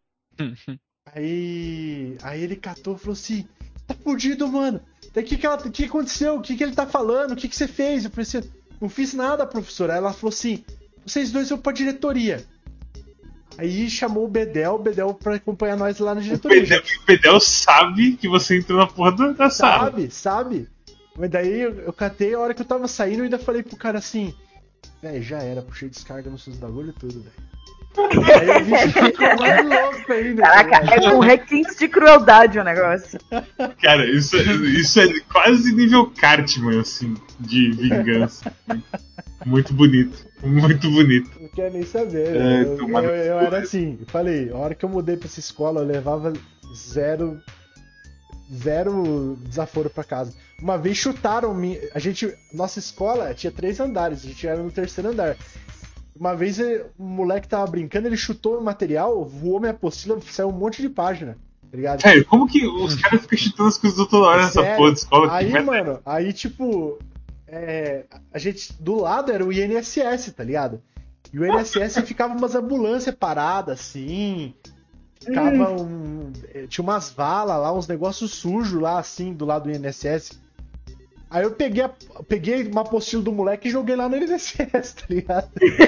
Aí ele catou e falou assim, tá fudido, mano. O que aconteceu? O que ele tá falando? O que você fez? Eu falei assim, não fiz nada, professora. Aí ela falou assim, vocês dois vão pra diretoria. Aí chamou o Bedel pra acompanhar nós lá na diretoria. O Bedel sabe que você entrou na porra da sala. Sabe. Mas daí eu catei, a hora que eu tava saindo, eu ainda falei pro cara assim, velho, já era, puxei descarga nos seus bagulho tudo, velho. Aí o bicho ficou mais louco ainda. Caraca, é com requintes de crueldade o negócio. Cara, isso é quase nível Cartman, assim, de vingança. Muito bonito. Muito bonito. Não quero nem saber. Eu era assim, eu falei, a hora que eu mudei pra essa escola, eu levava zero desaforo pra casa. Uma vez chutaram nossa escola tinha 3 andares, a gente era no 3º andar. Uma vez o moleque tava brincando, ele chutou o material, voou minha apostila, saiu um monte de página, tá ligado? Sério, como que os caras ficam chutando as coisas toda hora nessa porra de escola? Aí, mano, tipo, a gente, do lado era o INSS, tá ligado? E o INSS ficava umas ambulâncias paradas, assim, ficava tinha umas valas lá, uns negócios sujos lá, assim, do lado do INSS. Aí eu peguei uma apostila do moleque e joguei lá no INSS, tá ligado?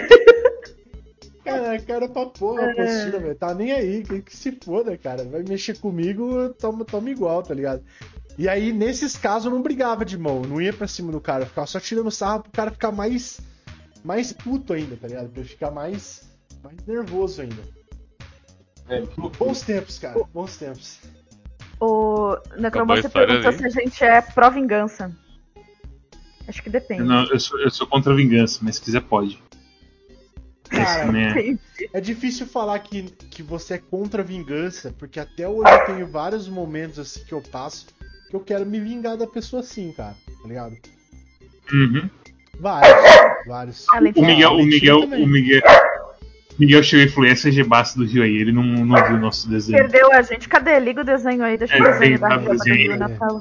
Cara pra porra a apostila, velho. Tá nem aí, que se foda, cara. Vai mexer comigo, toma igual, tá ligado? E aí, nesses casos, eu não brigava de mão, eu não ia pra cima do cara, eu ficava só tirando sarro pro cara ficar mais puto ainda, tá ligado? Pra ele ficar mais nervoso ainda. Bons tempos, cara, bons tempos. O Necromancer perguntou se a gente é pró-vingança. Acho que depende. Não, eu sou contra a vingança, mas se quiser pode. Cara, é difícil falar que você é contra a vingança, porque até hoje eu tenho vários momentos assim que eu passo que eu quero me vingar da pessoa assim, cara, tá ligado? Uhum. Vários. O Miguel chegou e falou, essa Gebaça do Rio aí, ele não viu o nosso desenho. Perdeu a gente, cadê? Liga o desenho aí, deixa o desenho da Rio do Rio na tela.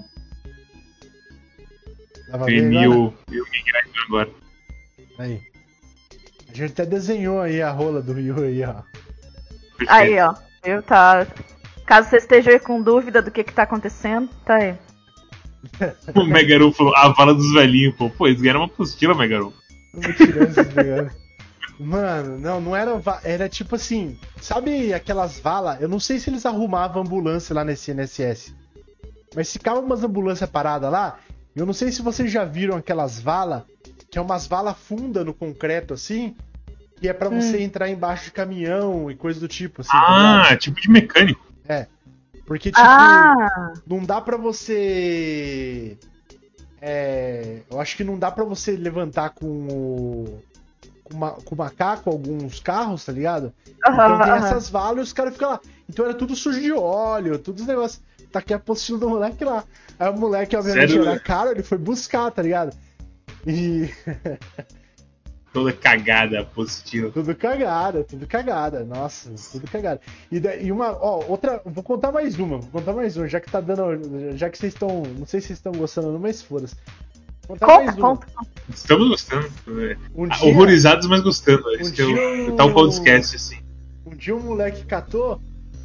E o Miguel agora. Aí. A gente até desenhou aí a rola do Rio aí, ó. Perfeito. Aí, ó. Tá. Caso você esteja aí com dúvida do que tá acontecendo, tá aí. O Megaru falou, a vala dos velhinhos, pô. Pô, eles ganharam uma apostila, Megaru. Mano, não era. Era tipo assim. Sabe aquelas valas? Eu não sei se eles arrumavam ambulância lá nesse INSS. Mas ficava umas ambulâncias paradas lá. Eu não sei se vocês já viram aquelas valas. Que é umas valas fundas no concreto assim. Que é pra você entrar embaixo de caminhão e coisa do tipo. Assim, tá tipo de mecânico. É. Porque, tipo, não dá pra você. Eu acho que não dá pra você levantar com o macaco alguns carros, tá ligado? Então tem essas valas e os caras ficam lá. Então era tudo sujo de óleo, tudo os negócios. Tá aqui a apostila do moleque lá. Aí o moleque, obviamente, era caro, ele foi buscar, tá ligado? E. Toda cagada a apostila. Tudo cagada. Nossa, tudo cagada. E outra. Vou contar mais uma, já que tá dando. Já que vocês estão. Não sei se vocês estão gostando, não, mas foda-se. Conta. Estamos gostando. Horrorizados, mas gostando. Isso que tal podcast, assim. Um dia um moleque catou.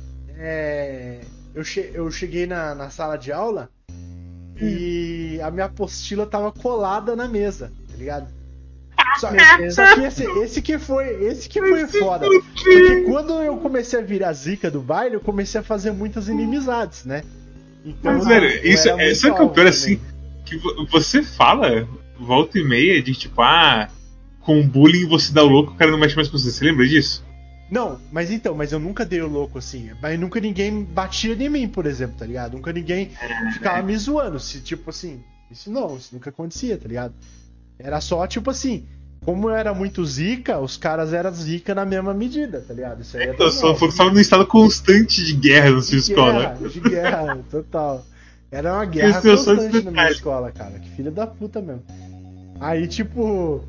Eu cheguei na sala de aula e a minha apostila tava colada na mesa, tá ligado? Só que esse que foi foda. Porque quando eu comecei a virar zica do baile, eu comecei a fazer muitas inimizades, né? Então, Mas, velho, eu isso era muito sabe o que é o alto pior também. assim? Que você fala, volta e meia, de tipo, com bullying você dá o louco, o cara não mexe mais com você. Você lembra disso? Não, mas eu nunca dei o louco assim. Mas nunca ninguém batia em mim, por exemplo, tá ligado? Nunca ninguém ficava me zoando. Se, tipo assim, isso nunca acontecia, tá ligado? Era só, tipo assim, como eu era muito zica, os caras eram zica na mesma medida, tá ligado? Isso aí é Eu só normal. estava num estado constante de guerra na sua escola. De guerra, total. Era uma guerra Esqueceu só esse constante na minha detalhe. escola, cara. Que filho da puta mesmo. Aí, tipo,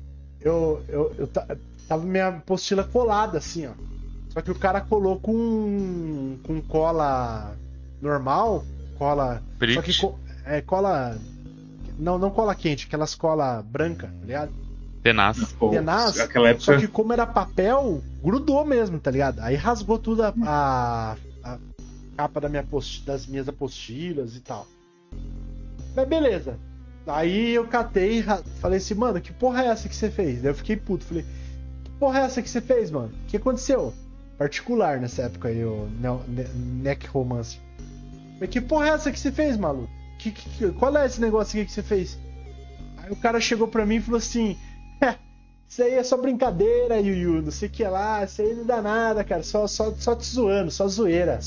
eu tava minha apostila colada, assim, ó. Só que o cara colou com cola normal, cola. Brit. Só que cola. Não cola quente, aquelas cola branca, tá ligado? Tenaz. Pô, Tenaz. aquela época. Só que como era papel, grudou mesmo, tá ligado? Aí rasgou tudo a capa das minhas apostilas e tal. Mas beleza. Aí eu catei e falei assim, mano, que porra é essa que você fez? Daí eu fiquei puto, falei, que porra é essa que você fez, mano? O que aconteceu? Particular nessa época aí, o Neck Romance. Falei, que porra é essa que você fez, maluco? Qual é esse negócio aqui que você fez? Aí o cara chegou pra mim e falou assim, isso aí é só brincadeira, Yuyu, não sei o que lá, isso aí não dá nada, cara, só te zoando, só zoeira.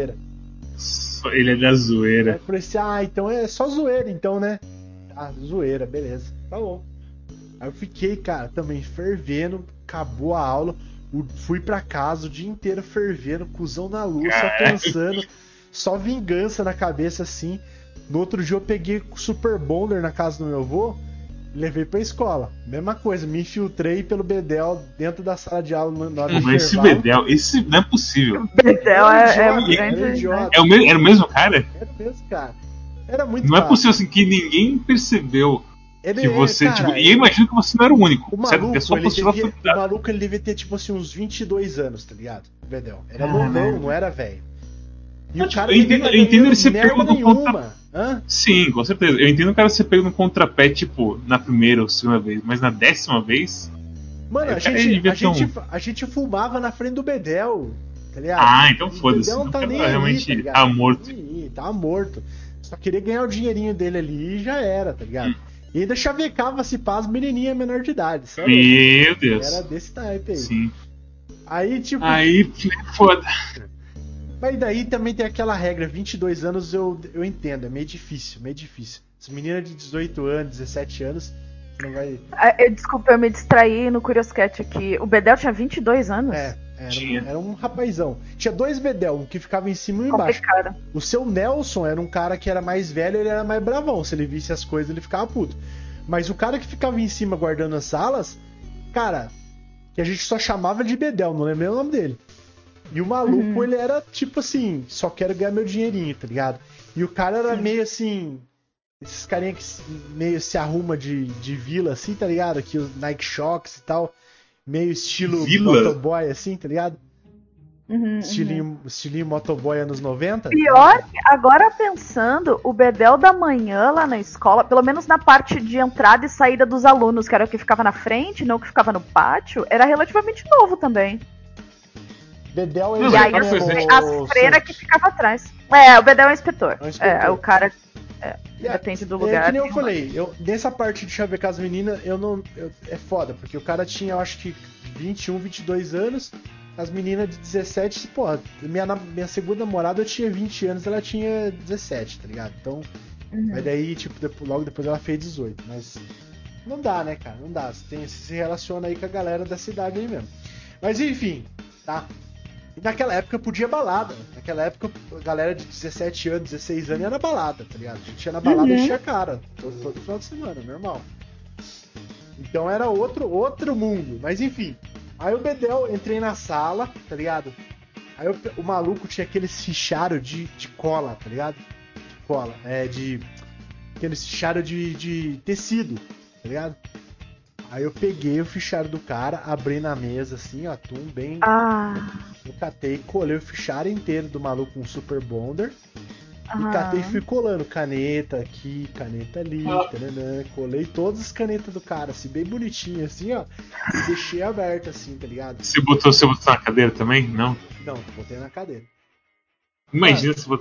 Ele é da Aí zoeira. eu falei assim, então é só zoeira, então, né? Zoeira, beleza, tá bom. Aí eu fiquei, cara, também fervendo, acabou a aula, fui pra casa o dia inteiro fervendo, cuzão na luz, só pensando, só vingança na cabeça, assim. No outro dia eu peguei o Super Bonder na casa do meu avô, levei pra escola. Mesma coisa, me infiltrei pelo Bedel dentro da sala de aula na hora do Mas esse intervalo. Bedel, esse não é possível. Bedel é um Era grande. idiota. Era o mesmo cara? Era mesmo, cara. Era muito Não é fácil. possível assim que ninguém percebeu que você. Cara, tipo, e eu imagino que você não era o único. O certo? maluco, Porque a sua apostila foi o maluco ele devia ter tipo assim uns 22 anos, tá ligado? O Bedel. Era Caralho. novão, não era velho. E Não, o tipo, cara eu entendo não ele ganhando ser merda pego no nenhuma. Hã? Sim, com certeza. Eu entendo o cara ser pego no contrapé, tipo, na primeira ou segunda vez, mas na 10ª vez. Mano, Aí o cara devia ter a gente fumava na frente do Bedel, tá ligado? Então O foda-se. Bedel não tá Então, nem aí, realmente tá ligado? tá morto. Tá morto. Só queria ganhar o dinheirinho dele ali e já era, tá ligado? E ainda chavecava se pá as menininhas menor de idade, sério? Meu Deus. Era desse type aí. Sim. Aí, tipo. Aí, foda. Mas daí também tem aquela regra, 22 anos eu entendo, é meio difícil. As meninas de 18 anos, 17 anos, não vai... Desculpa, eu me distraí no Curioscat aqui. O Bedel tinha 22 anos? Era um rapazão. Tinha dois Bedel, um que ficava em cima e um embaixo. Complicado. O seu Nelson era um cara que era mais velho, ele era mais bravão. Se ele visse as coisas, ele ficava puto. Mas o cara que ficava em cima guardando as salas, cara, que a gente só chamava de Bedel, não lembro o nome dele. E o maluco, ele era tipo assim, só quero ganhar meu dinheirinho, tá ligado? E o cara era meio assim, esses carinha que meio se arruma de vila, assim, tá ligado? Aqui os Nike Shocks e tal, meio estilo Vila? motoboy, assim, tá ligado? Estilinho motoboy anos 90. Pior, agora pensando, o Bedel da manhã lá na escola, pelo menos na parte de entrada e saída dos alunos, que era o que ficava na frente, não o que ficava no pátio, era relativamente novo também. Bedel Não, E aí mas as freiras que ficavam atrás. O Bedel é inspetor. O cara depende do lugar. É que nem eu falei, nessa parte de chavecar as meninas, é foda, porque o cara tinha, eu acho que 21, 22 anos, as meninas de 17, porra, minha segunda namorada eu tinha 20 anos, ela tinha 17, tá ligado? Então, mas daí, tipo, logo depois ela fez 18, mas não dá, né, cara? Não dá, você se relaciona aí com a galera da cidade aí mesmo. Mas enfim, tá? E naquela época podia balada. Naquela época a galera de 17 anos, 16 anos ia na balada, tá ligado? A gente ia na balada e enchia a cara. Todo final de semana, normal. Então era outro mundo. Mas enfim. Aí o Bedel, entrei na sala, tá ligado? Aí o maluco tinha aqueles fichários de cola, tá ligado? De cola. Aqueles fichários de tecido, tá ligado? Aí eu peguei o fichário do cara, abri na mesa assim, ó, bem. Eu catei, colei o fichário inteiro do maluco com Super Bonder. E catei e fui colando caneta aqui, caneta ali, taranã, colei todas as canetas do cara, assim, bem bonitinho, assim, ó. E deixei aberto, assim, tá ligado? Você botou na cadeira também? Não? Não, botei na cadeira. Imagina se botou.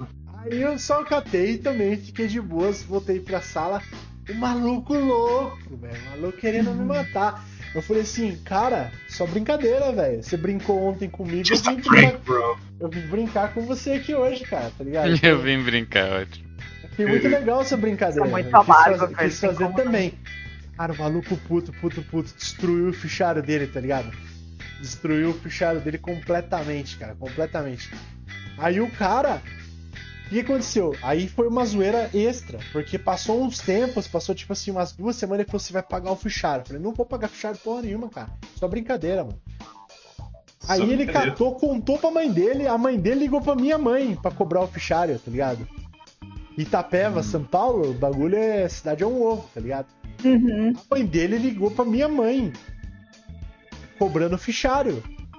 Aí eu só catei também, fiquei de boas, voltei pra sala. O maluco louco, velho. O maluco querendo me matar. Eu falei assim, cara, só brincadeira, velho. Você brincou ontem comigo, Just a prank, bro. eu vim brincar com você aqui hoje, cara, tá ligado? Eu vim brincar, ótimo. Foi muito legal essa brincadeira. Sou muito Eu amargo, quis velho, fazer tem como também. Cara, o maluco puto, destruiu o fichário dele, tá ligado? Destruiu o fichário dele completamente, cara, completamente. Aí o cara... O que aconteceu? Aí foi uma zoeira extra, porque passou uns tempos, passou tipo assim, umas 2 semanas, ele falou, você vai pagar o fichário. Eu falei, não vou pagar fichário porra nenhuma, cara. Só brincadeira, mano. Aí Só ele brincadeira. catou, contou pra mãe dele, a mãe dele ligou pra minha mãe pra cobrar o fichário, tá ligado? Itapeva, São Paulo, o bagulho é... cidade é um ovo, tá ligado? Uhum. A mãe dele ligou pra minha mãe, cobrando o fichário.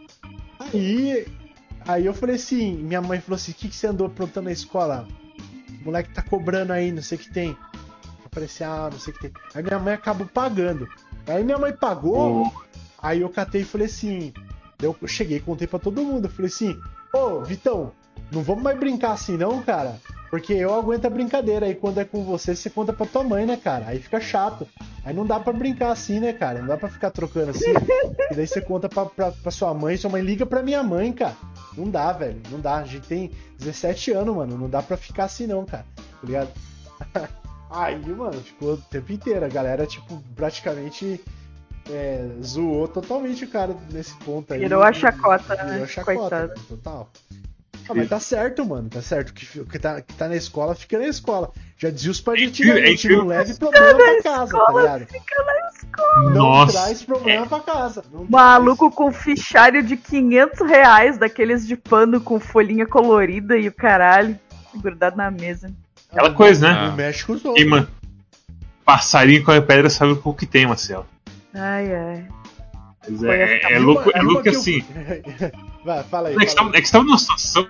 Aí eu falei assim, minha mãe falou assim, o que você andou aprontando na escola? O moleque tá cobrando aí, não sei o que tem. Eu falei assim, não sei o que tem. Aí minha mãe acabou pagando. Aí minha mãe pagou, aí eu catei e falei assim, eu cheguei e contei pra todo mundo. Eu falei assim, ô Vitão, não vamos mais brincar assim não, cara? Porque eu aguento a brincadeira. Aí quando é com você, você conta pra tua mãe, né, cara? Aí fica chato. Aí não dá pra brincar assim, né, cara? Não dá pra ficar trocando assim. E daí você conta pra sua mãe liga pra minha mãe, cara. Não dá, velho. Não dá. A gente tem 17 anos, mano. Não dá pra ficar assim não, cara. Tá ligado? Aí, mano, ficou o tempo inteiro. A galera, tipo, praticamente zoou totalmente o cara nesse ponto aí. Virou a chacota, Virou né? a chacota, Coitado. mano, total. Mas tá certo, mano, tá certo. O que tá na escola, fica na escola. Já dizia os pais de antigamente, não leve problema pra casa, tá ligado? Não Nossa. traz problema pra casa. Não Maluco com fichário de R$ 500, daqueles de pano com folhinha colorida e o caralho, grudado na mesa. Aquela coisa, né? Não mexe com os Quem, outros. mano, passarinho com a pedra sabe o que tem, Marcelo. Ai, ai. Mas Foi essa- é E louco, uma- é e uma louco que eu- assim. Vai, fala aí. É que Fala aí. você tava numa situação.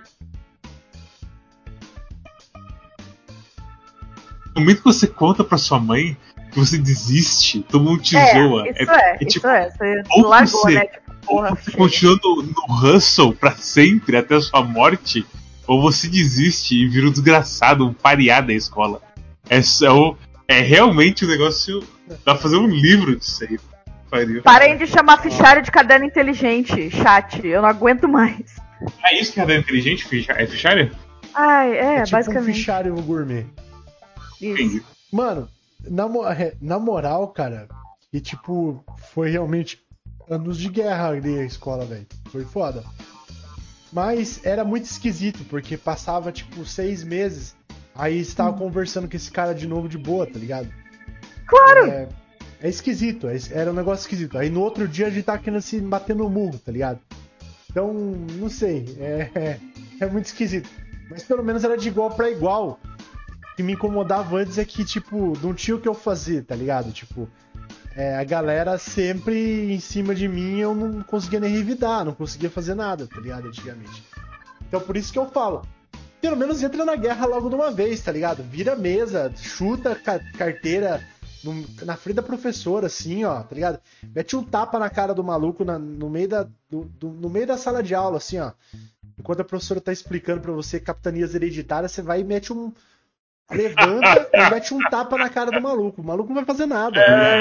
No momento que você conta pra sua mãe que você desiste, todo mundo te zoa. Isso tipo, é. Você ou largou, você- né? Tipo, porra, Você chega. continua no hustle pra sempre, até a sua morte, ou você desiste e vira um desgraçado, um pariá da escola. É realmente um negócio. Dá pra fazer um livro disso aí. Faria. Parem de chamar fichário de caderno inteligente, chat. Eu não aguento mais. É isso que é inteligente? É fichário? Ai, É tipo um basicamente. fichário gourmet. Isso. Entendi. Mano, na moral, cara, e tipo, foi realmente anos de guerra ali a escola, velho. Foi foda. Mas era muito esquisito, porque passava tipo 6 meses, aí estava conversando com esse cara de novo de boa, tá ligado? Claro! É esquisito, era um negócio esquisito. Aí no outro dia a gente tava querendo se bater no murro, tá ligado? Então, não sei, é muito esquisito. Mas pelo menos era de igual pra igual. O que me incomodava antes é que, tipo, não tinha o que eu fazer, tá ligado? Tipo, a galera sempre em cima de mim, eu não conseguia nem revidar, não conseguia fazer nada, tá ligado? Antigamente. Então por isso que eu falo, pelo menos entra na guerra logo de uma vez, tá ligado? Vira mesa, chuta carteira na frente da professora, assim, ó, tá ligado? Mete um tapa na cara do maluco no meio da sala de aula, assim, ó. Enquanto a professora tá explicando pra você capitanias hereditárias, você vai e mete um... Levanta e mete um tapa na cara do maluco. O maluco não vai fazer nada.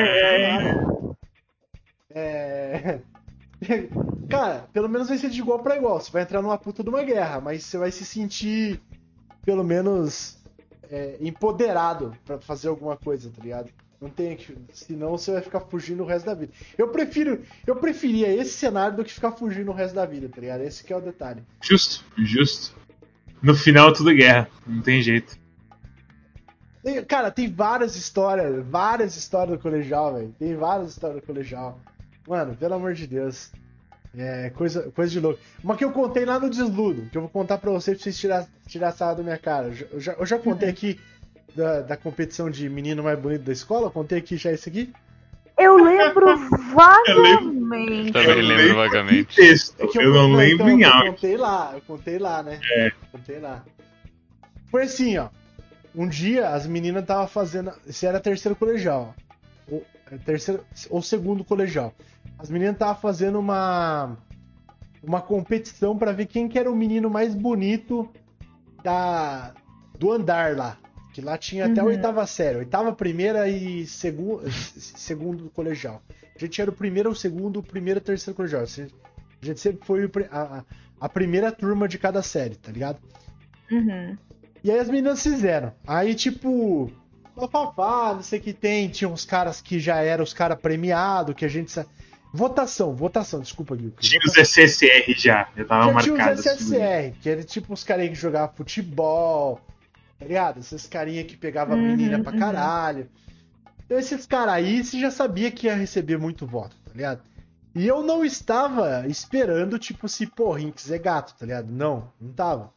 Cara, pelo menos vai ser de igual pra igual. Você vai entrar numa puta de uma guerra, mas você vai se sentir, pelo menos, empoderado pra fazer alguma coisa, tá ligado? Não tem que. Senão você vai ficar fugindo o resto da vida. Eu preferia esse cenário do que ficar fugindo o resto da vida, tá ligado? Esse que é o detalhe. Justo. No final tudo é guerra, não tem jeito. Cara, tem várias histórias do colegial, velho. Tem várias histórias do colegial. Mano, pelo amor de Deus. Coisa de louco. Uma que eu contei lá no Desludo, que eu vou contar pra vocês tirar sarro da minha cara. Eu já contei aqui da competição de menino mais bonito da escola? Eu contei aqui já esse aqui? Eu lembro vagamente. Também lembro vagamente. Texto, É eu não lembro em áudio. Eu contei lá, né? Contei lá. Foi assim, ó. Um dia as meninas estavam fazendo. Esse era terceiro colegial. Terceiro ou segundo colegial. As meninas estavam fazendo uma competição pra ver quem que era o menino mais bonito do andar lá. Que lá tinha até a 8ª série. 8ª, primeira e segundo colegial. A gente era o primeiro, o segundo, o primeiro e o terceiro colegial. A gente sempre foi a primeira turma de cada série, tá ligado? E aí as meninas fizeram. Aí, tipo, papapá, não sei o que tem. Tinha uns caras que já eram os caras premiados, que a gente... Votação, desculpa, Gui. Tinha os SSR já tava marcado. Tinha os SSR, que era tipo os carinha que jogavam futebol, tá ligado? Esses carinha que pegavam menina pra caralho. Então esses caras aí, você já sabia que ia receber muito voto, tá ligado? E eu não estava esperando, tipo, se, pô, Rinks é gato, tá ligado? Não tava.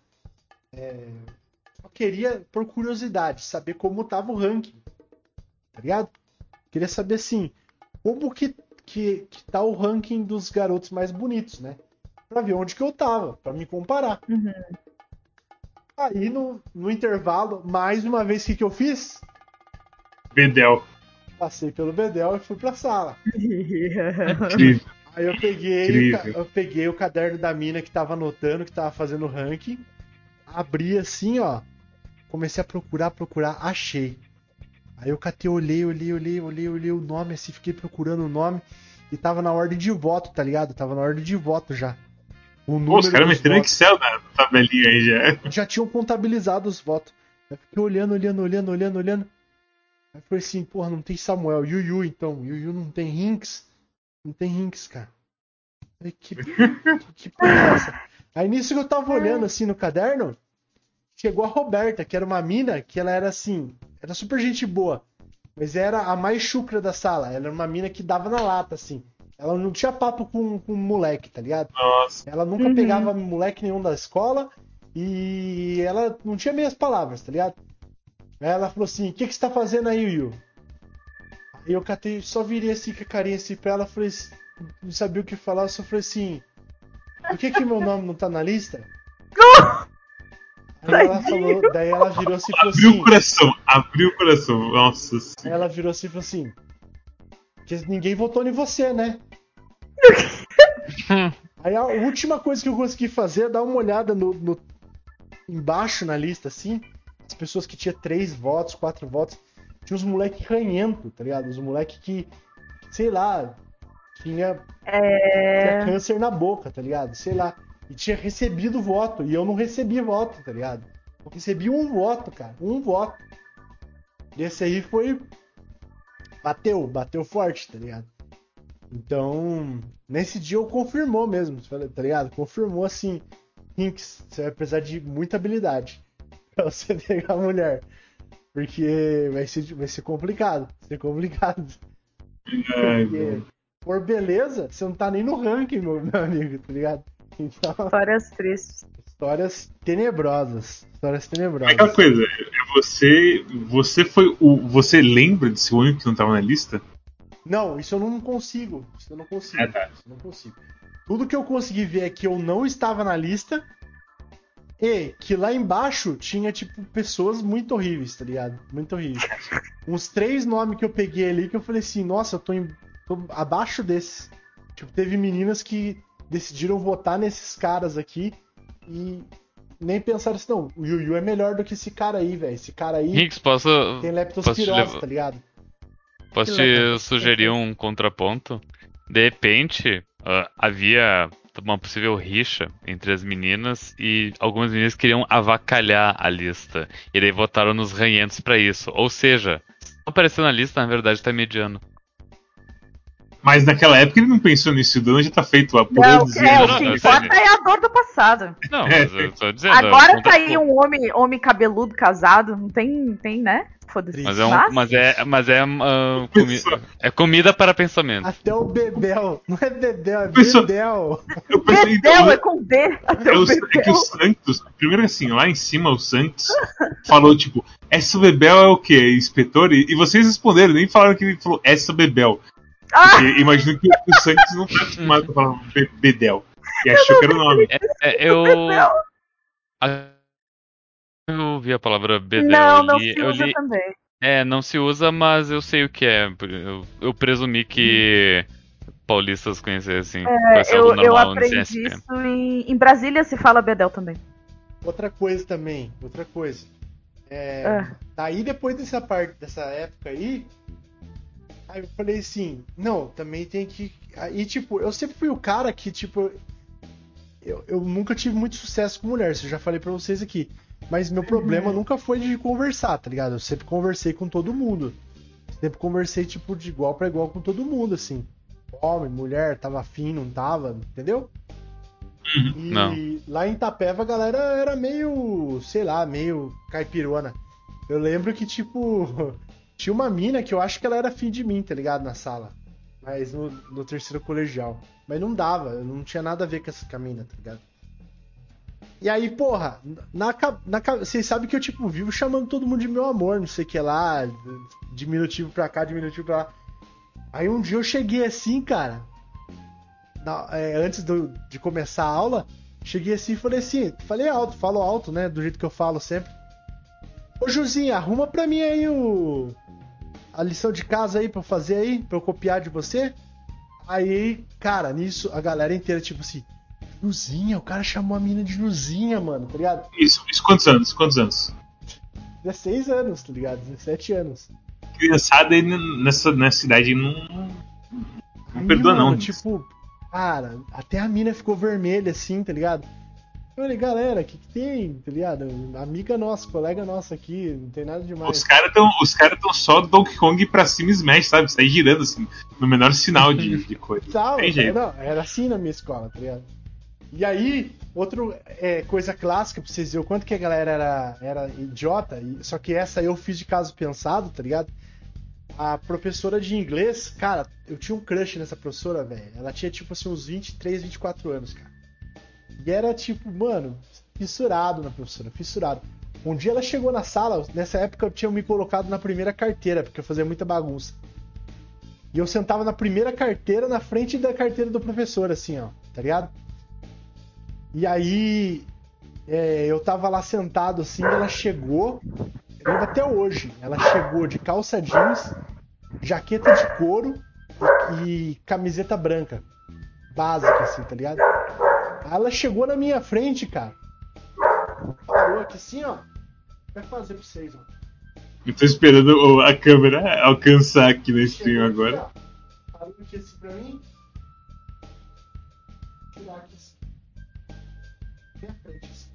Eu queria, por curiosidade, saber como tava o ranking, tá ligado? Queria saber, assim, como que tá o ranking dos garotos mais bonitos, né? Pra ver onde que eu tava, pra me comparar. Aí, no intervalo, mais uma vez, o que eu fiz? Bedel. Passei pelo Bedel e fui pra sala. Incrível. Aí eu peguei o caderno da mina que tava anotando, que tava fazendo o ranking. Abri assim, ó. Comecei a procurar, achei. Aí eu catei, olhei o nome, assim, fiquei procurando o nome. E tava na ordem de voto, tá ligado? Tava na ordem de voto já. O número Os caras dos meteram votos. Excel na tabelinha aí já. Já tinham contabilizado os votos. Eu fiquei olhando. Aí foi assim, porra, não tem Samuel. Yuyu, então. Yuyu não tem Rinks. Não tem Rinks, cara. Falei, que porra é essa? Aí nisso que eu tava olhando, assim, no caderno, chegou a Roberta, que era uma mina, que ela era assim, era super gente boa. Mas era a mais chucra da sala. Ela era uma mina que dava na lata, assim. Ela não tinha papo com moleque, tá ligado? Nossa. Ela nunca pegava moleque nenhum da escola e ela não tinha meias palavras, tá ligado? Aí ela falou assim, o que você tá fazendo aí, Will? Aí eu catei, só virei assim com a carinha assim pra ela, falei, não sabia o que falar, eu só falei assim, por que meu nome não tá na lista? Aí ela falou, daí ela virou assim e falou assim... Abriu o coração, nossa Aí senhora. ela virou assim e falou assim, porque ninguém votou em você, né? Aí a última coisa que eu consegui fazer é dar uma olhada embaixo na lista, assim, as pessoas que tinham 3 votos, 4 votos, tinha uns moleque ranhento, tá ligado? Os moleque que, sei lá, tinha câncer na boca, tá ligado? Sei lá. E tinha recebido voto, e eu não recebi voto, tá ligado? Eu recebi um voto, cara, um voto. E esse aí foi... Bateu forte, tá ligado? Então, nesse dia eu confirmou mesmo, tá ligado? Confirmou assim, Rinks, você vai precisar de muita habilidade pra você pegar a mulher. Porque vai ser complicado. Vai ser complicado. Ai, Porque por beleza, você não tá nem no ranking, meu amigo, tá ligado? Então, Histórias tristes. histórias tenebrosas. Histórias É tenebrosas. aquela coisa, você foi você lembra de ser o único que não tava na lista? Não, isso eu não consigo. Isso eu não consigo. Tá. Isso eu não consigo. Tudo que eu consegui ver é que eu não estava na lista e que lá embaixo tinha, tipo, pessoas muito horríveis, tá ligado? Muito horríveis. Uns 3 nomes que eu peguei ali que eu falei assim, nossa, eu tô abaixo desses. Tipo, teve meninas que decidiram votar nesses caras aqui e nem pensaram assim, não, o Yu Yu é melhor do que esse cara aí, velho. Esse cara aí Hicks, tem leptospirose, tá ligado? posso te sugerir um contraponto? De repente, havia uma possível rixa entre as meninas e algumas meninas queriam avacalhar a lista. E daí votaram nos ranhentos pra isso. Ou seja, se não apareceu na lista, na verdade tá mediano. Mas naquela época ele não pensou nisso, o dano já tá feito há por Não, anos e o anos. que não, importa é a dor do passado. Não, mas eu tô dizendo. Agora tá aí um homem cabeludo casado, não tem, né? Foda-se. Mas é comida para pensamento. Até o Bebel. Não é Bebel, é Pessoal, Bebel. Eu pensei, Bedel é com D. Até o é que Bedel. o Santos, primeiro assim, lá em cima o Santos falou tipo, essa Bebel é o quê? Inspetor? E vocês responderam, nem falaram que ele falou essa Bebel. Porque imagino que o Santos não tá acostumado com a palavra Bedel. E achou que era o nome. Eu ouvi a palavra bedel Não ali. se usa também. Não se usa, mas eu sei o que é. Eu presumi que paulistas conhecessem assim. Eu aprendi isso em Brasília, se fala Bedel também. Outra coisa. Daí depois dessa época aí eu falei assim, não, também tem que... Aí, tipo, eu sempre fui o cara que, tipo, eu nunca tive muito sucesso com mulher, isso eu já falei pra vocês aqui. Mas meu problema nunca foi de conversar, tá ligado? Eu sempre conversei com todo mundo. Sempre conversei, tipo, de igual pra igual com todo mundo, assim. Homem, mulher, tava afim, não tava, entendeu? E Não. lá em Itapeva a galera era meio, sei lá, meio caipirona. Eu lembro que, tipo, tinha uma mina que eu acho que ela era afim de mim, tá ligado? Na sala. Mas no terceiro colegial. Mas não dava, eu não tinha nada a ver com essa mina, tá ligado? E aí, porra, vocês sabem que eu, tipo, vivo chamando todo mundo de meu amor, não sei o que lá, diminutivo pra cá, diminutivo pra lá. Aí um dia eu cheguei assim, cara, antes de começar a aula, cheguei assim e falei alto, falo alto, né, do jeito que eu falo sempre. Ô, Juzinha, arruma pra mim aí a lição de casa aí pra eu fazer aí, pra eu copiar de você. Aí, cara, nisso a galera inteira, tipo assim, Juzinha, o cara chamou a mina de Juzinha, mano, tá ligado? Isso quantos anos? 16 anos, tá ligado? 17 anos. Criançada aí nessa idade não perdoa, mano, não. Tipo, cara, até a mina ficou vermelha assim, tá ligado? Eu falei, galera, o que tem, tá ligado? Amiga nossa, colega nossa aqui, não tem nada demais. Os caras tão só Donkey Kong pra cima e Smash, sabe? Sai girando assim, no menor sinal de coisa. Tem jeito. Não, era assim na minha escola, tá ligado? E aí, outra coisa clássica pra vocês verem o quanto que a galera era idiota, só que essa eu fiz de caso pensado, tá ligado? A professora de inglês, cara, eu tinha um crush nessa professora, velho. Ela tinha, tipo assim, uns 23, 24 anos, cara. E era, tipo, mano, fissurado na professora, fissurado. Um dia ela chegou na sala, nessa época eu tinha me colocado na primeira carteira, porque eu fazia muita bagunça. E eu sentava na primeira carteira, na frente da carteira do professor, assim, ó, tá ligado? E aí, eu tava lá sentado, assim, e ela chegou, eu lembro até hoje, ela chegou de calça jeans, jaqueta de couro e camiseta branca. Básica, assim, tá ligado? Aí ela chegou na minha frente, cara. Parou aqui assim, ó. Vai fazer pra vocês, ó. Eu tô esperando a câmera alcançar aqui na stream agora. Aqui, ó. Parou aqui assim pra mim. Tirar aqui assim. Minha frente, assim.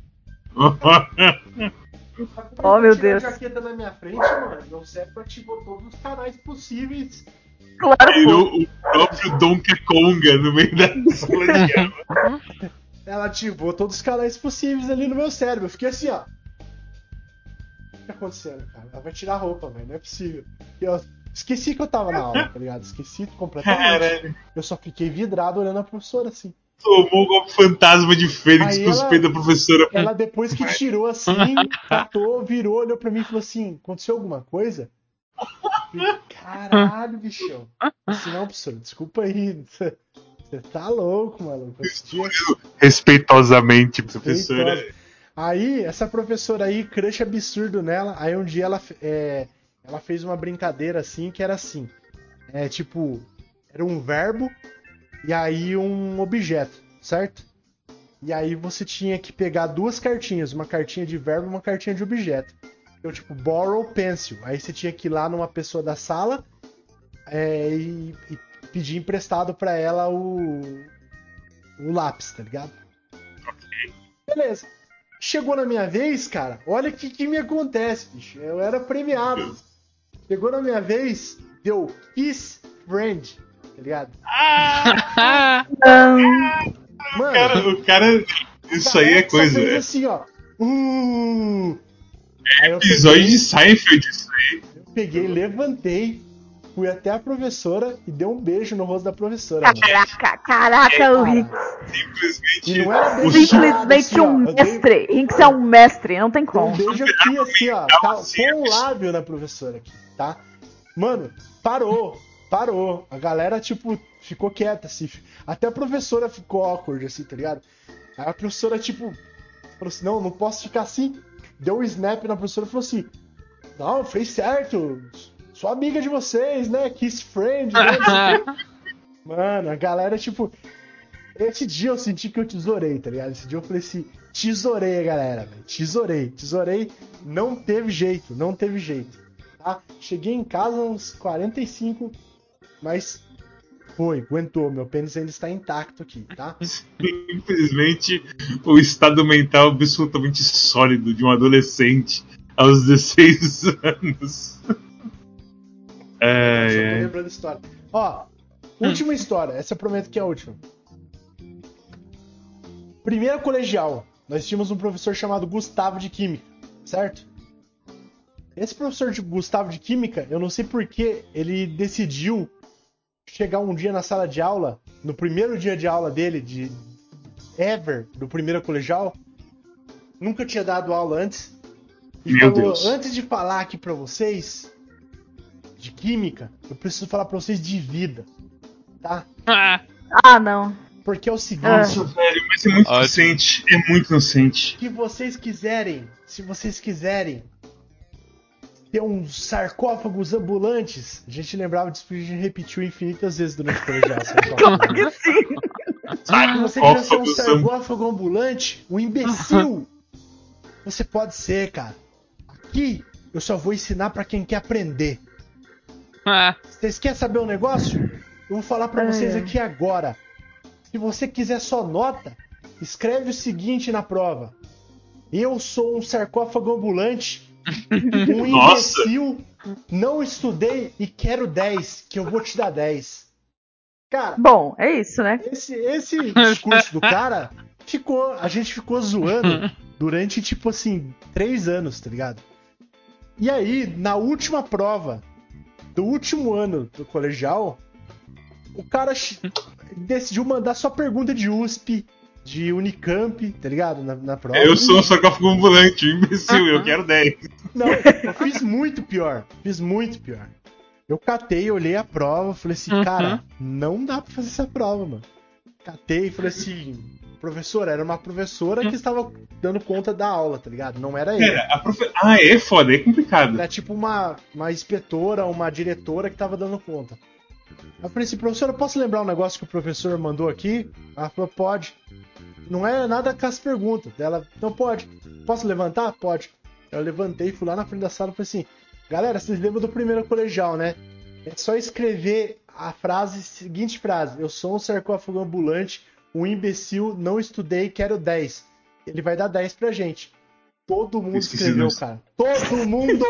Oh, meu Deus. A jaqueta na minha frente, mano. Meu cérebro ativou todos os canais possíveis. Claro, Virou o próprio Donkey Konga no meio da sala de aula. Ela ativou todos os canais possíveis ali no meu cérebro. Eu fiquei assim, ó. O que tá acontecendo, cara? Ela vai tirar a roupa, velho. Não é possível. Eu esqueci que eu tava na aula, tá ligado? Esqueci completamente. Caralho. Eu só fiquei vidrado olhando a professora assim. Tomou um golpe fantasma de Fênix Aí com os peitos da professora. Ela depois que tirou assim, catou, virou, olhou pra mim e falou assim: aconteceu alguma coisa? Eu falei, caralho, bichão. Assim, não, professor, desculpa aí. Você tá louco, maluco. Respeitosamente, professora. Aí, essa professora aí, crush absurdo nela. Aí um dia ela fez uma brincadeira assim, que era assim. Tipo, era um verbo e aí um objeto, certo? E aí você tinha que pegar duas cartinhas, uma cartinha de verbo e uma cartinha de objeto. Então, tipo, borrow pencil. Aí você tinha que ir lá numa pessoa da sala e pedir emprestado pra ela o lápis, tá ligado? Beleza. Chegou na minha vez, cara, olha o que me acontece, bicho. Eu era premiado. Chegou na minha vez, deu Kiss Friend, tá ligado? Mano, O cara. Isso aí é coisa. Fez assim, ó. Episódio de Seinfeld, isso aí. Eu peguei, levantei, fui até a professora e dei um beijo no rosto da professora. Caraca, o Rinks. Simplesmente. E não era beijo Simplesmente assim, ó, um mestre. Rinks é um mestre, não tem dei como. um beijo aqui, assim, ó. Com um lábio na professora aqui, tá? Mano, parou. A galera, tipo, ficou quieta, assim. Até a professora ficou awkward, assim, tá ligado? Aí a professora, tipo, falou assim: não posso ficar assim. Deu um snap na professora e falou assim: não, fez certo. Sou amiga de vocês, né? Kiss friend, né? Mano, a galera, tipo. Esse dia eu senti que eu tesourei, tá ligado? Esse dia eu falei assim, tesourei a galera, velho. Tesourei. Não teve jeito. Tá? Cheguei em casa uns 45, mas aguentou. Meu pênis ainda está intacto aqui, tá? Simplesmente o estado mental absolutamente sólido de um adolescente aos 16 anos. Só tô lembrando a história. Ó, última história. Essa eu prometo que é a última. Primeiro colegial, nós tínhamos um professor chamado Gustavo de Química, certo? Esse professor de Gustavo de Química, eu não sei porquê, ele decidiu chegar um dia na sala de aula, no primeiro dia de aula dele, do primeiro colegial, nunca tinha dado aula antes, e Meu falou, Deus. antes de falar aqui pra vocês de química, eu preciso falar pra vocês de vida, tá? Ah, não. Porque é o seguinte, Nossa, velho, mas é muito Ótimo. inocente. É muito inocente. se vocês quiserem ter uns sarcófagos ambulantes, a gente lembrava disso porque a gente repetiu infinitas vezes durante o colegial. Claro que sim. Se você quiser ser um Sarcófagos sarcófago ambulante, um imbecil, você pode ser, cara. Aqui eu só vou ensinar pra quem quer aprender. Vocês querem saber um negócio? Eu vou falar pra vocês aqui agora. Se você quiser só nota, escreve o seguinte na prova. Eu sou um sarcófago ambulante, um Nossa. imbecil, não estudei e quero 10, que eu vou te dar 10. Cara, Bom, é isso, né? esse discurso do cara, a gente ficou zoando durante, tipo assim, 3 anos, tá ligado? E aí, na última prova do último ano do colegial, o cara decidiu mandar só pergunta de USP, de Unicamp, tá ligado? Na prova. Eu sou um sarcófago ambulante, imbecil, eu quero 10. Não, eu fiz muito pior. Eu catei, olhei a prova, falei assim, cara, não dá pra fazer essa prova, mano. Catei e falei assim, professora, era uma professora que estava dando conta da aula, tá ligado? Não era ele. Ah, é foda, é complicado. Era tipo uma inspetora, uma diretora que tava dando conta. Eu falei assim, professora, eu posso lembrar um negócio que o professor mandou aqui? Ela falou, pode. Não é nada com as perguntas. Ela, não pode. Posso levantar? Pode. Eu levantei, fui lá na frente da sala e falei assim, galera, vocês lembram do primeiro colegial, né? É só escrever a seguinte frase, eu sou um sarcófago ambulante, um imbecil, não estudei, quero 10. Ele vai dar 10 pra gente. Todo mundo escreveu, cara. Todo mundo!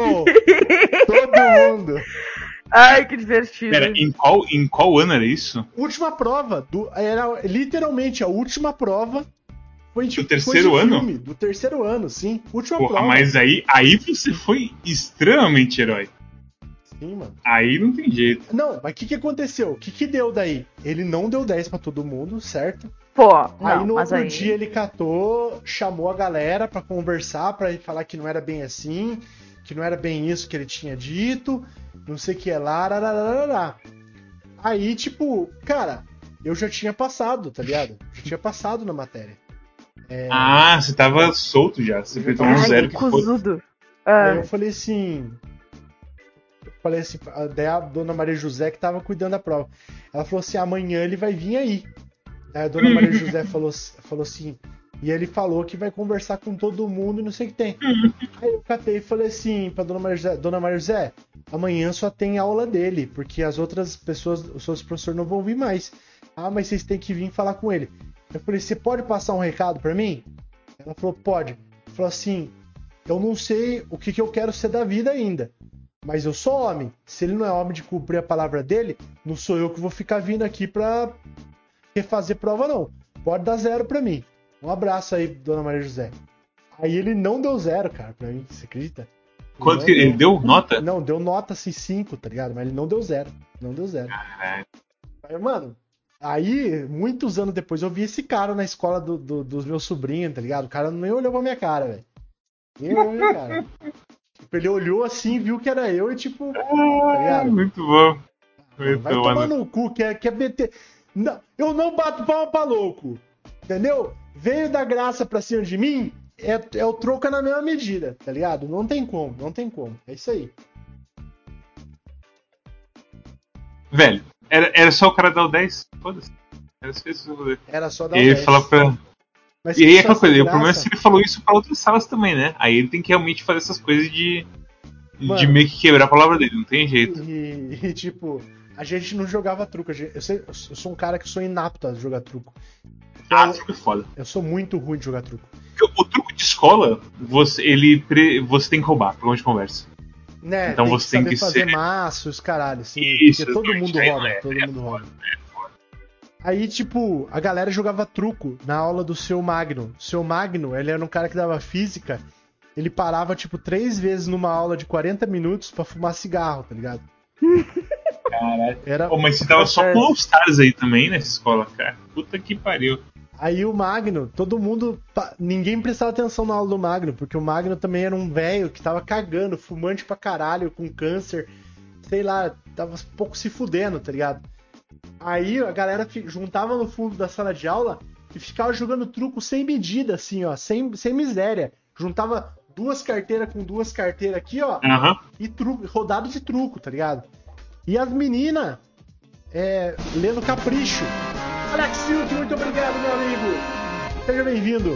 Todo mundo! Ai, que divertido. Pera, em qual ano era isso? Última prova. Era literalmente a última prova. Foi Do terceiro ano? Filme, do terceiro ano, sim. Última Porra, prova. mas aí você foi extremamente herói. Sim, mano. Aí não tem jeito. Não, mas o que aconteceu? O que deu daí? Ele não deu 10 pra todo mundo, certo? Pô, Aí não, no mas outro aí... dia ele catou, chamou a galera pra conversar, pra falar que não era bem assim, que não era bem isso que ele tinha dito, não sei o que é lá, rarararará. Aí, tipo, cara, eu já tinha passado, tá ligado? Já tinha passado na matéria. Ah, você tava solto já. Você pegou um Ai, zero que que foi. cuzudo. Aí eu falei assim, daí a dona Maria José que tava cuidando da prova. Ela falou assim, amanhã ele vai vir aí. Aí a dona Maria José falou assim, e ele falou que vai conversar com todo mundo e não sei o que tem. Aí eu catei e falei assim pra dona Maria José, amanhã só tem aula dele, porque as outras pessoas, os seus professores não vão vir mais. Ah, mas vocês têm que vir falar com ele. Eu falei, você pode passar um recado pra mim? Ela falou, pode. Falou assim, eu não sei o que eu quero ser da vida ainda, mas eu sou homem. Se ele não é homem de cumprir a palavra dele, não sou eu que vou ficar vindo aqui pra refazer prova, não. Pode dar 0 pra mim. Um abraço aí, dona Maria José. Aí ele não deu 0, cara, pra mim. Você acredita? Quanto que ele deu? Nota? Não, deu nota assim 5, tá ligado? Mas ele não deu 0. Não deu 0. Caralho. Aí, mano, aí, muitos anos depois, eu vi esse cara na escola dos meus sobrinhos, tá ligado? O cara nem olhou pra minha cara, velho. Nem olhou pra minha cara. Tipo, ele olhou assim, viu que era eu e tipo, tá ligado? Muito bom. Vai tomar no cu, quer meter... Não, eu não bato palma pra louco, entendeu? Veio da graça pra cima de mim, é o troco na mesma medida, tá ligado? Não tem como. É isso aí. Velho, era só o cara dar o 10? Foda-se. Era só isso que eu fazer. Era só dar E o aí ele 10. fala pra. Mas E que aí é só aquela coisa, sem o problema é graça. se ele falou isso pra outras salas também, né? Aí ele tem que realmente fazer essas coisas de Mano. meio que quebrar a palavra dele, não tem jeito. E, tipo, a gente não jogava truco. Eu sou um cara que sou inapto a jogar truco. Truco é foda. Eu sou muito ruim de jogar truco. Porque o truco de escola, você tem que roubar, pra onde conversa. Né, Então tem você que tem saber que fazer ser. maço, os caralho, assim. Isso, Porque todo mundo aí rouba, é, todo mundo rouba. foda. Aí, tipo, a galera jogava truco na aula do seu Magno. O seu Magno, ele era um cara que dava física. Ele parava, tipo, 3 vezes numa aula de 40 minutos pra fumar cigarro, tá ligado? Caralho. Era... Pô, mas você tava só com All Stars aí também nessa escola, cara. Puta que pariu. Aí o Magno, todo mundo. Ninguém prestava atenção na aula do Magno, porque o Magno também era um velho que tava cagando, fumante pra caralho, com câncer. Sei lá, tava um pouco se fudendo, tá ligado? Aí a galera juntava no fundo da sala de aula e ficava jogando truco sem medida, assim, ó, sem miséria. Juntava 2 carteiras com 2 carteiras aqui, ó, e truco, rodado de truco, tá ligado? E as meninas lendo Capricho. Alex Silk, muito obrigado, meu amigo. Seja bem-vindo.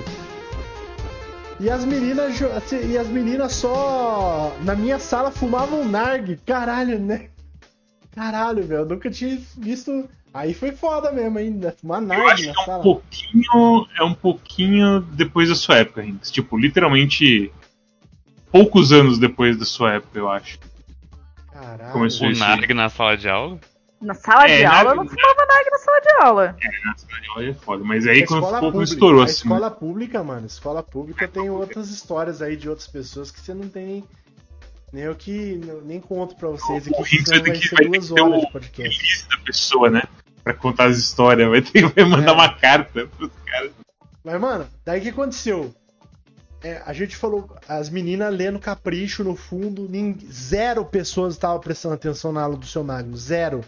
E as meninas só na minha sala fumavam nargue. Caralho, né? Caralho, velho, eu nunca tinha visto. Aí foi foda mesmo ainda. Fumar nargue na sala. É um pouquinho depois da sua época, Rinks. Tipo, literalmente poucos anos depois da sua época, eu acho. Caralho. Começou O isso narg aí. na sala de aula? Na sala de aula, eu não fumava nargue na sala de aula. Na sala de aula é foda. Mas aí A quando escola ficou, pública, estourou a assim. escola pública, mano, escola pública tem outras histórias aí de outras pessoas que você não tem nem eu que nem conto pra vocês aqui, O Rinks senão vai ser 2 horas de podcast. release da pessoa, né? Pra contar as histórias. Vai mandar uma carta pros caras. Mas, mano, daí o que aconteceu? A gente falou, as meninas lendo Capricho no fundo, 0 pessoas estavam prestando atenção na aula do seu Magno, 0.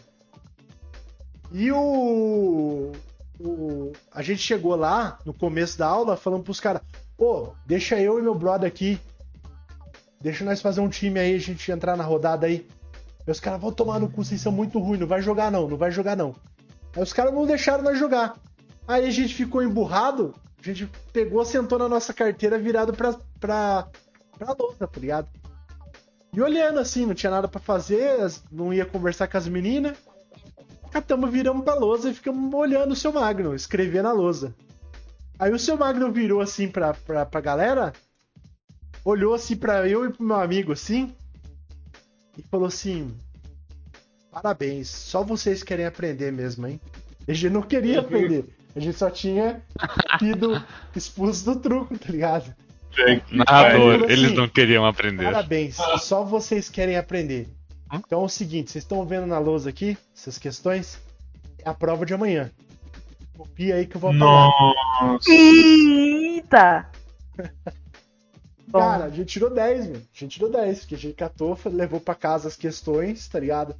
E a gente chegou lá, no começo da aula, falando pros caras, pô, deixa eu e meu brother aqui, deixa nós fazer um time aí, a gente entrar na rodada aí. Aí os caras vão tomar no cu, vocês são muito ruins, não vai jogar não. Aí os caras não deixaram nós jogar. Aí a gente ficou emburrado, a gente pegou, sentou na nossa carteira virado pra lousa, tá ligado? E olhando assim, não tinha nada pra fazer, não ia conversar com as meninas. Viramos pra lousa e ficamos olhando o seu Magno, escrever na lousa. Aí o seu Magno virou assim pra galera, olhou assim pra eu e pro meu amigo assim, e falou assim: parabéns, só vocês querem aprender mesmo, hein? A gente não queria aprender, a gente só tinha sido expulso do truco, tá ligado? Narrador, assim, eles não queriam aprender. Parabéns, só vocês querem aprender. Então é o seguinte, vocês estão vendo na lousa aqui, essas questões, é a prova de amanhã. Copia aí que eu vou apagar. Nossa. Eita! Cara, a gente tirou 10, meu. A gente tirou 10, porque a gente catou, levou pra casa as questões, tá ligado?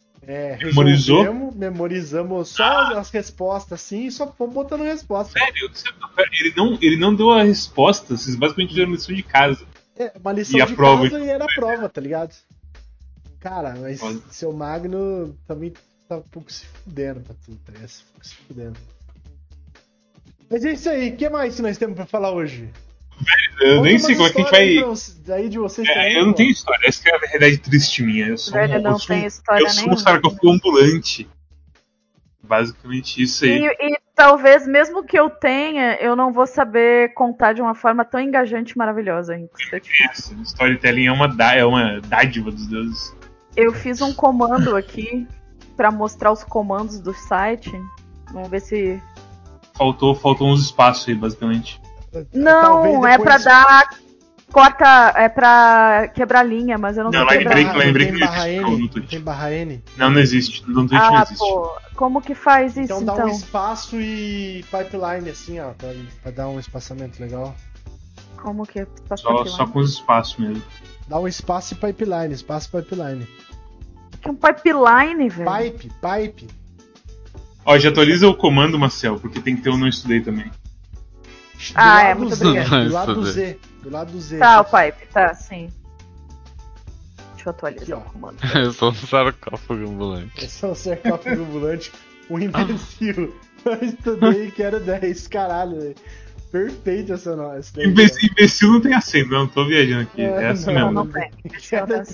Memorizamos só as respostas, assim, e só fomos botando resposta. Sério? Ele não deu a resposta, vocês basicamente fizeram lição de casa. Uma lição de prova, casa e era a prova, tá ligado? Cara, mas seu Magno também tá um pouco se fudendo pra tudo, tá ligado? Se fudendo. Mas é isso aí, o que mais nós temos pra falar hoje? Eu nem sei como é que a gente vai. Aí de vocês Eu não tenho história, essa que é a verdade triste minha. Eu sou um sarcófago ambulante. Basicamente isso aí. E talvez, mesmo que eu tenha, eu não vou saber contar de uma forma tão engajante e maravilhosa. Storytelling é uma dádiva dos deuses. Eu fiz um comando aqui pra mostrar os comandos do site. Vamos ver se. Faltou uns espaços aí, basicamente. Não, depois... é pra dar. É pra quebrar linha, mas eu não sei. Lembrei tem que barra não N? existe. Tem barra N? Não existe. No Twitch não existe. Pô, como que faz isso então? Então Dá um espaço e pipeline assim, ó, pra dar um espaçamento legal. Como que é? Só com os espaços mesmo. Dá um espaço e pipeline, Que é um pipeline, velho? Pipe. Ó, já atualiza o comando, Marcel, porque tem que ter o não estudei também. Muito obrigado. Do lado do Z. Tá, o pipe, tá, sim. Deixa eu atualizar Aqui, ó. o comando. Eu sou um sarcófago ambulante. Esse é um sarcófago ambulante, um imbecil. Eu estudei e quero 10, caralho, velho. Perfeito essa daí. Imbecil não tem acento, não tô viajando aqui. É essa mesmo. não tem. Quero 10.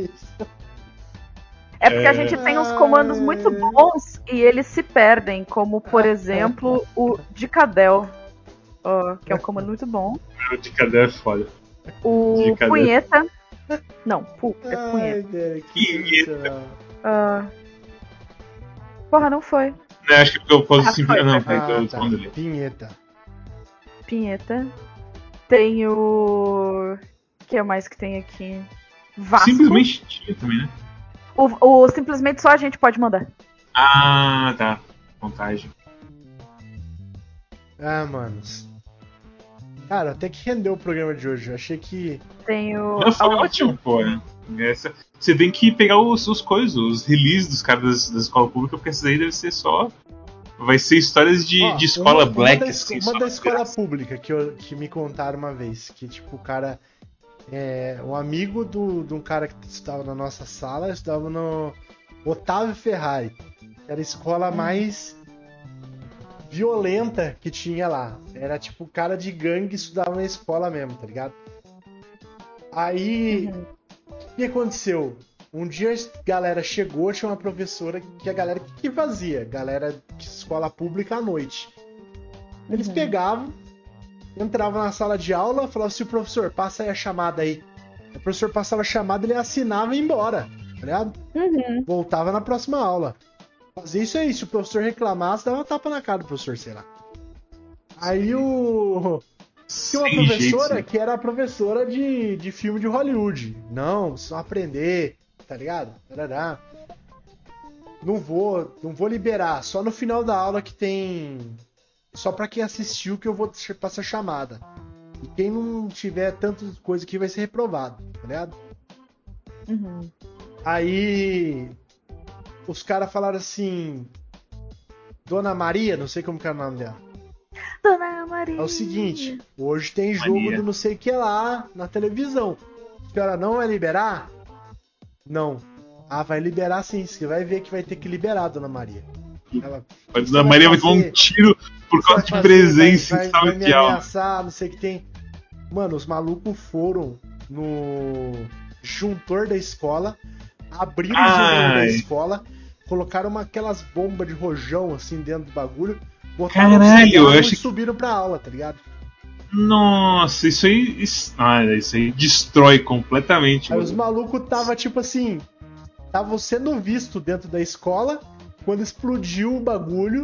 É porque a gente tem uns comandos muito bons e eles se perdem, como por exemplo o Dicadel, que é um comando muito bom. O de cadê é foda. O Dicadel. punheta. Não, é Ai, punheta. velho, que sensacional. Porra, não foi. Não, acho que porque eu posso simplesmente. Não, Ah, eu tá. respondo ali. Pinheta. Pinheta. Tem o. O que mais que tem aqui? Vasco. Simplesmente tinha também, né? O simplesmente só a gente pode mandar. Ah, tá. Contagem. Ah, manos. Cara, até que rendeu o programa de hoje. Eu achei que. Tem o. Não, foi ótimo, pô. Né? Você tem que pegar os coisas, os releases dos caras da escola pública, porque esse daí deve ser só. Vai ser histórias de escola black. Uma da escola pública que me contaram uma vez. Que, tipo, o cara. Um amigo de um cara que estava na nossa sala, estava no Otávio Ferrari. Que era a escola mais violenta que tinha lá. Era tipo cara de gangue, estudava na escola mesmo, tá ligado? Aí, o que aconteceu? Um dia a galera chegou, tinha uma professora que a galera, o que fazia? Galera de escola pública à noite. Eles pegavam, entravam na sala de aula, falavam assim, professor, passa aí a chamada aí. O professor passava a chamada, ele assinava e ia embora, tá ligado? Voltava na próxima aula. Fazia isso aí, se o professor reclamasse, dava uma tapa na cara do professor, sei lá. Aí tinha uma professora que era a professora de filme de Hollywood. Não, só aprender, tá ligado? Não vou liberar, só no final da aula que tem... Só pra quem assistiu que eu vou passar chamada. E quem não tiver tanta coisa aqui vai ser reprovado, tá ligado? Aí os caras falaram assim, Dona Maria, não sei como que é o nome dela. Dona Maria. É o seguinte, hoje tem jogo do não sei o que lá na televisão. A senhora não vai liberar? Não. Ah, vai liberar sim, você vai ver que vai ter que liberar, Dona Maria. Dona Maria vai tomar um tiro por causa de presença em sala de aula. Ameaçar, não sei o que tem. Mano, os malucos foram no disjuntor da escola, abriram o disjuntor da escola, colocaram aquelas bombas de rojão assim dentro do bagulho, botaram um cigarro e subiram pra aula, tá ligado? Nossa, isso aí destrói completamente. Aí os malucos tava tipo assim, estavam sendo visto dentro da escola quando explodiu o bagulho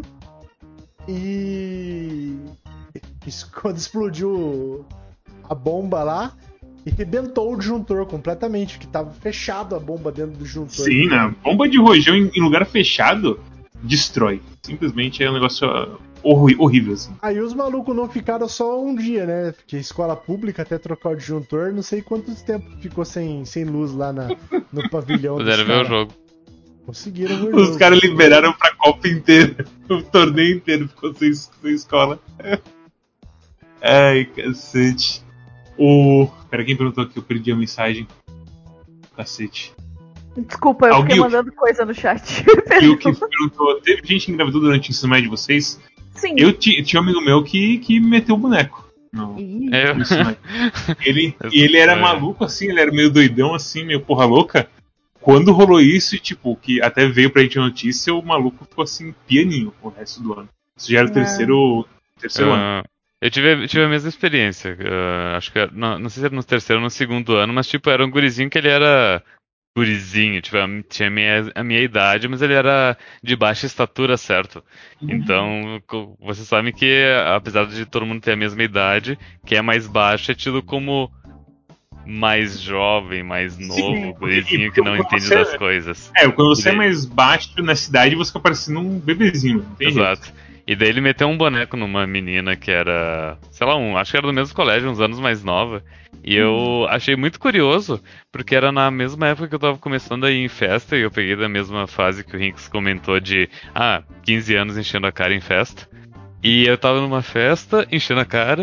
e quando explodiu a bomba lá e arrebentou o disjuntor completamente, que tava fechado a bomba dentro do disjuntor. Sim, né? Bomba de rojão em lugar fechado destrói. Simplesmente é um negócio horrível, assim. Aí os malucos não ficaram só um dia, né? Porque escola pública, até trocar o disjuntor, não sei quantos tempos ficou sem luz lá no pavilhão. Puderam ver o jogo. Conseguiram ver o jogo. Os caras liberaram pra Copa inteira. O torneio inteiro ficou sem escola. Ai, cacete. Pera, quem perguntou aqui? Eu perdi a mensagem. Cacete. Desculpa, eu fiquei mandando coisa no chat. E o que perguntou, teve gente que engravidou durante o ensino médio de vocês? Sim. Eu tinha um amigo meu que meteu o boneco. No ensino médio. Ele era maluco, assim, ele era meio doidão, assim, meio porra louca. Quando rolou isso, tipo, que até veio pra gente a notícia, o maluco ficou assim, pianinho o resto do ano. Isso já era o terceiro ano. Eu tive a mesma experiência. Acho que não sei se era no terceiro ou no segundo ano, mas tipo, era um gurizinho que ele era gurizinho, tipo, tinha a minha idade, mas ele era de baixa estatura, certo? Então, você sabe que, apesar de todo mundo ter a mesma idade, quem é mais baixo é tido como mais jovem, mais novo, gurizinho que não entende das coisas. Quando você é mais baixo na cidade, você fica parecendo um bebezinho. Exato. E daí ele meteu um boneco numa menina que era, sei lá, acho que era do mesmo colégio, uns anos mais nova. E eu achei muito curioso, porque era na mesma época que eu tava começando a ir em festa, e eu peguei da mesma fase que o Rinks comentou de, 15 anos enchendo a cara em festa. E eu tava numa festa, enchendo a cara,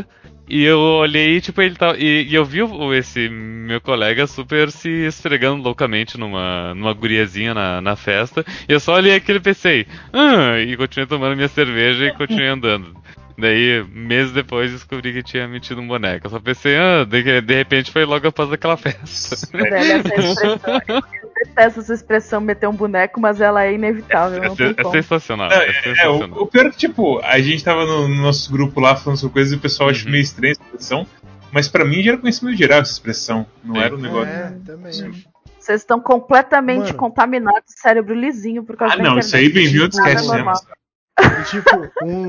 E eu olhei, tipo, ele tava. E eu vi esse meu colega super se esfregando loucamente numa guriazinha na festa. E eu só olhei aquilo e pensei, e continuei tomando minha cerveja e continuei andando. Daí, meses depois, descobri que tinha metido um boneco. Eu só pensei, de repente foi logo após aquela festa. Velho, essa expressão. Eu detesto essa expressão meter um boneco, mas ela é inevitável, não tem É como. sensacional. Não, É sensacional. o pior é que, tipo, a gente tava no nosso grupo lá falando sobre coisas e o pessoal acha meio estranha essa expressão. Mas pra mim já era conhecimento geral essa expressão. Não Sim. era um negócio. Também Sim. acho. Vocês estão completamente Mano. contaminados, cérebro lisinho por causa da Não, internet. isso aí bem-vindo ao Tipo, Discast, nada né? normal. E tipo,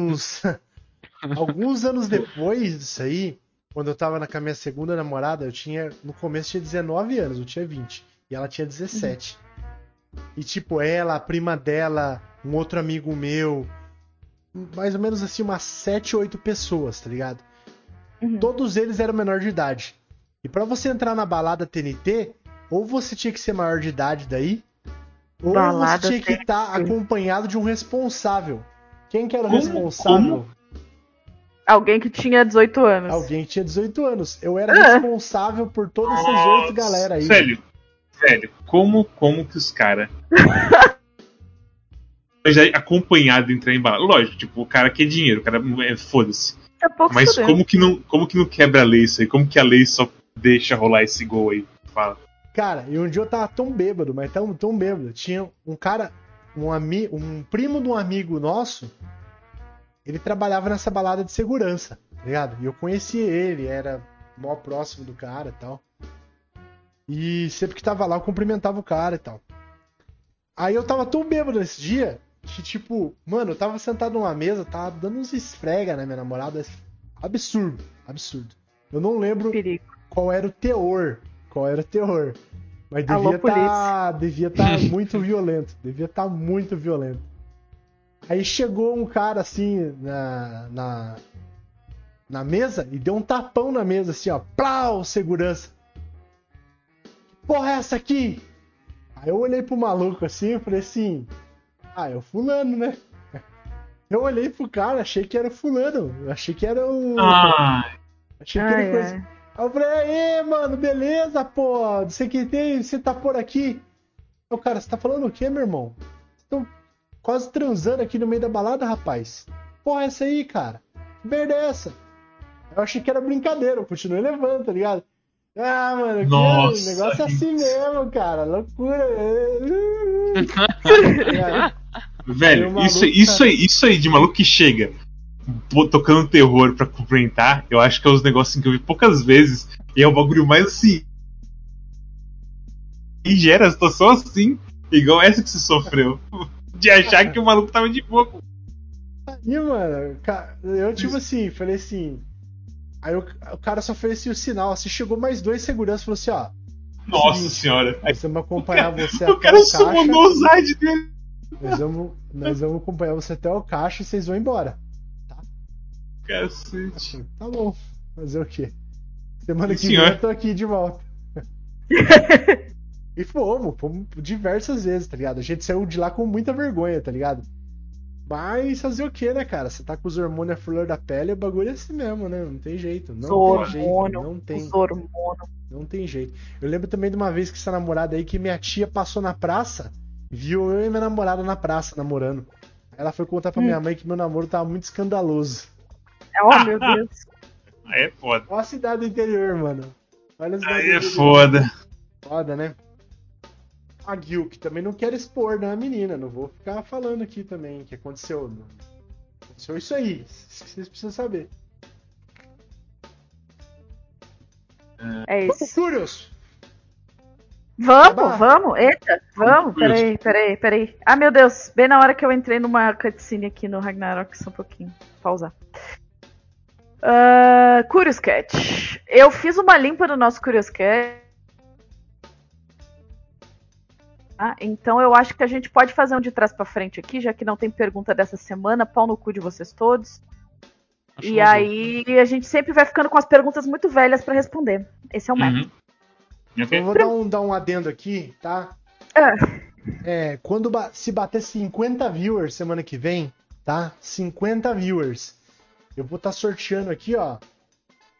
alguns anos depois disso aí, quando eu tava com a minha segunda namorada, no começo tinha 19 anos, eu tinha 20. E ela tinha 17. E tipo, ela, a prima dela, um outro amigo meu, mais ou menos assim, umas 7, 8 pessoas, tá ligado? Todos eles eram menor de idade. E pra você entrar na balada TNT, ou você tinha que ser maior de idade daí, ou Balada você tinha que estar TNT. acompanhado de um responsável. Quem que era o Como? responsável? Alguém que tinha 18 anos. Alguém que tinha 18 anos. Eu era responsável por todas essas 8 galera aí. Velho, como que os caras. Já acompanhado entrar em balada. Lógico, tipo, o cara quer dinheiro, o cara foda-se. Tá pouco Mas fudendo. como que não quebra a lei isso aí? Como que a lei só deixa rolar esse gol aí? Fala. Cara, e um dia eu tava tão bêbado, mas tão bêbado. Tinha um cara, um primo de um amigo nosso, ele trabalhava nessa balada de segurança, tá ligado? E eu conhecia ele, era mó próximo do cara e tal. E sempre que tava lá eu cumprimentava o cara e tal. Aí eu tava tão bêbado nesse dia que, tipo, mano, eu tava sentado numa mesa, tava dando uns esfrega na minha namorada. Absurdo, absurdo. Eu não lembro Perigo. qual era o teor. Mas Alô, devia tá muito violento. Devia estar muito violento. Aí chegou um cara assim na mesa e deu um tapão na mesa, assim, ó. Plau, segurança. Que porra é essa aqui? Aí eu olhei pro maluco assim e falei assim: é o fulano, né? Eu olhei pro cara, achei que era fulano. Achei que era o. Achei que era coisa. Aí eu falei, aí, mano, beleza, pô. Não sei o que tem, você tá por aqui. Ô, cara, você tá falando o quê, meu irmão? Vocês estão quase transando aqui no meio da balada, rapaz. Porra, é essa aí, cara? Que merda é essa? Eu achei que era brincadeira, eu continuei levando, tá ligado? Ah, mano, que Nossa, negócio é assim mesmo, cara. Loucura. Velho, maluco, isso aí de maluco que chega tocando terror pra cumprimentar, eu acho que é os negócios que eu vi poucas vezes. E é o bagulho mais assim. E gera a situação assim, igual essa que você sofreu. De achar que o maluco tava de boa. E, mano, eu tipo assim, falei assim. Aí o cara só fez assim o sinal, assim, chegou mais 2 seguranças e falou assim, ó. Nossa seguinte, senhora. Nós vamos acompanhar você O até cara o caixa. summonou o Zayde dele. Nós vamos acompanhar você até o caixa e vocês vão embora. Cacete. Tá bom. Fazer o quê? Semana Sim, que vem senhor. eu tô aqui de volta. E fomos diversas vezes, tá ligado? A gente saiu de lá com muita vergonha, tá ligado? Mas fazer o que, né, cara? Você tá com os hormônios à flor da pele, o bagulho é assim mesmo, né? Não tem jeito. Não tem jeito. Eu lembro também de uma vez que essa namorada aí, que minha tia passou na praça, viu eu e minha namorada na praça namorando. Aí ela foi contar pra minha mãe que meu namoro tava muito escandaloso. Oh, meu Deus. Aí é foda. Olha a cidade do interior, mano. Olha a cidade Aí do é interior. foda. Foda, né? A Gil, que também não quero expor, né, menina? Não vou ficar falando aqui também que aconteceu. Aconteceu isso aí. Isso que vocês precisam saber. É Vamos, isso. Curious! Vamos. Eita, vamos. Peraí. Ah, meu Deus. Bem na hora que eu entrei numa cutscene aqui no Ragnarok, só um pouquinho. Pausar. Curious Cat. Eu fiz uma limpa no nosso Curious Cat. Então eu acho que a gente pode fazer um de trás pra frente aqui, já que não tem pergunta dessa semana. Pau no cu de vocês todos. E aí a gente sempre vai ficando com as perguntas muito velhas pra responder. Esse é o método. Okay. Eu vou dar um adendo aqui, tá? Quando se bater 50 viewers semana que vem, tá? 50 viewers. Eu vou estar sorteando aqui, ó,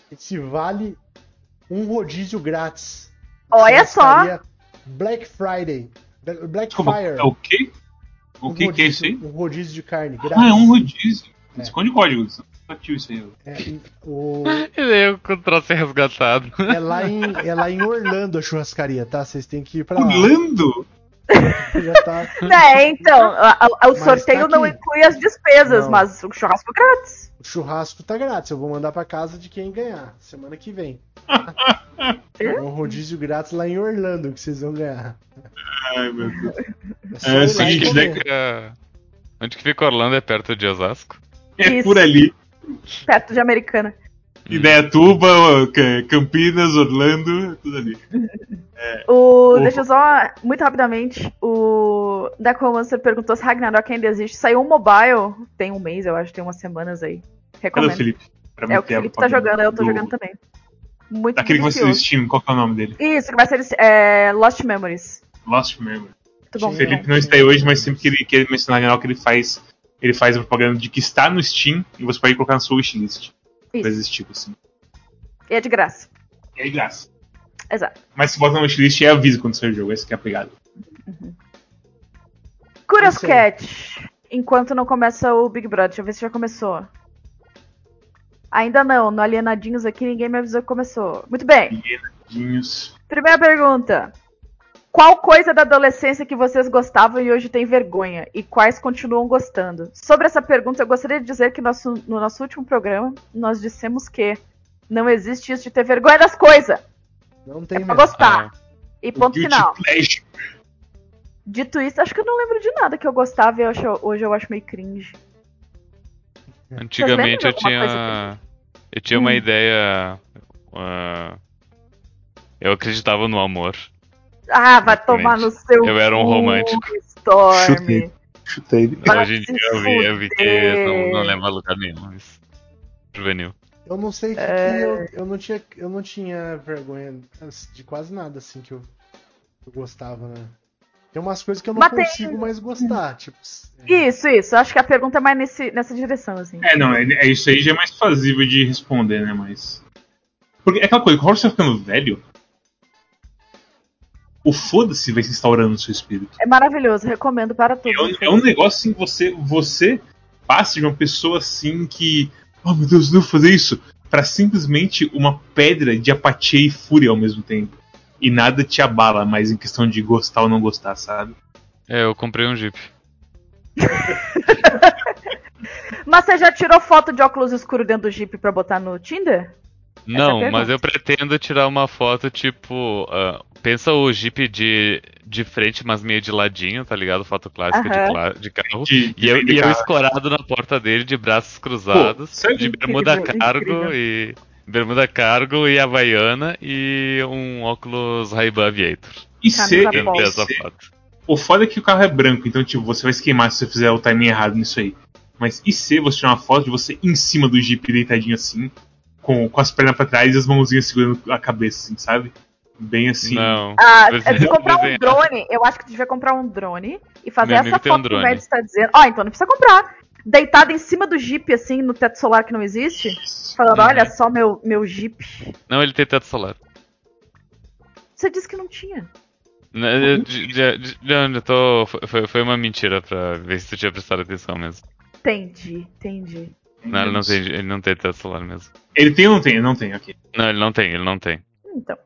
Esse vale um rodízio grátis. Olha só! Churrascaria Black Friday. Black Desculpa, Fire. é o quê? O que é isso aí? Um rodízio de carne grátis. Ah, é um rodízio. É. Esconde o código. Ativa isso aí. E daí eu trouxe resgatado. É lá em Orlando a churrascaria, tá? Vocês têm que ir pra lá. Orlando? Já tá. Então, o Mas sorteio tá não aqui. inclui as despesas, Não. mas o churrasco é grátis. O churrasco tá grátis. Eu vou mandar pra casa de quem ganhar. Semana que vem. É um rodízio grátis lá em Orlando que vocês vão ganhar. Ai, meu Deus. É só ir lá e seguinte, comer. Onde que fica Orlando? É perto de Osasco? É Isso. por ali. Perto de Americana. Indaiatuba, Campinas, Orlando, tudo ali. Deixa eu só, muito rapidamente, o Decomancer perguntou se Ragnarok ainda existe. Saiu um mobile, tem um mês, eu acho, tem umas semanas aí. Cadê Recomendo. o Felipe? Pra É o meter que a o Felipe tá jogando, eu tô do- jogando também. Muito Aquele que vai ser do delicioso. Steam, qual que é o nome dele? Isso, que vai ser Lost Memories. Lost Memory. Muito bom. O Felipe não está aí hoje, mas sempre que ele mencionar Ragnarok, ele faz a propaganda de que está no Steam e você pode colocar na sua wishlist. Coisas Isso. desse tipo, assim. E é de graça. E aí, graça. Exato. Mas se bota na wishlist, avisa quando sair o jogo, esse que é a pegada. Curious Isso aí. Cat. Enquanto não começa o Big Brother. Deixa eu ver se já começou. Ainda não. No Alienadinhos aqui ninguém me avisou que começou. Muito bem. Dinhos. Primeira pergunta. Qual coisa da adolescência que vocês gostavam e hoje tem vergonha? E quais continuam gostando? Sobre essa pergunta, eu gostaria de dizer que no nosso último programa, nós dissemos que não existe isso de ter vergonha das coisas. Não tem É pra mesmo. gostar. E ponto Guilty final. Pleasure. Dito isso, acho que eu não lembro de nada que eu gostava e hoje eu acho meio cringe. Antigamente Vocês lembram de alguma eu tinha uma ideia. Eu acreditava no amor. Ah, vai tomar no seu Eu era um cu, romântico. Storm. Chutei. Vai Hoje em se dia eu vi que fuder. não leva a lugar nenhum. Isso. Juvenil. Eu não sei o que, que eu não tinha vergonha de quase nada assim que eu gostava, né? Tem umas coisas que eu não Mas tem- consigo mais gostar, tipo. Isso. Acho que a pergunta é mais nessa direção, assim. Isso aí já é mais fazível de responder, né? Mas. Porque é aquela coisa, quando você vai ficando velho, o foda-se vai se instaurando no seu espírito. É maravilhoso, recomendo para todos. É um negócio assim, você passa de uma pessoa assim que. Oh meu Deus, não vou fazer isso! Pra simplesmente uma pedra de apatia e fúria ao mesmo tempo. E nada te abala mais em questão de gostar ou não gostar, sabe? Eu comprei um Jeep. Mas você já tirou foto de óculos escuros dentro do Jeep pra botar no Tinder? Não, pergunta. mas eu pretendo tirar uma foto tipo. Pensa o Jeep de frente, mas meio de ladinho, tá ligado? Foto clássica de carro. De E eu carro. escorado na porta dele, de braços cruzados, sério? de bermuda Incrível, cargo incrível. e. Bermuda cargo e havaiana e um óculos Ray-Ban Aviator. E Camisa ser, Tentei Bom. essa foto. o foda é que o carro é branco, então tipo, você vai se queimar se você fizer o timing errado nisso aí. Mas e se você tirar uma foto de você em cima do Jeep deitadinho assim, com as pernas pra trás e as mãozinhas segurando a cabeça, assim, sabe? Bem assim. Não. De comprar um Desenhar. drone, eu acho que tu devia comprar um drone e fazer Meu essa amigo tem um foto que o drone. Mads está dizendo. Então não precisa comprar. Deitado em cima do Jeep, assim, no teto solar que não existe. Falando, olha só meu Jeep. Não, ele tem teto solar. Você disse que não tinha. Foi uma mentira pra ver se tu tinha prestado atenção mesmo. Entendi. Não, ele não tem teto solar mesmo. Ele tem ou não tem? Ele não tem, ok. Não, ele não tem. Então.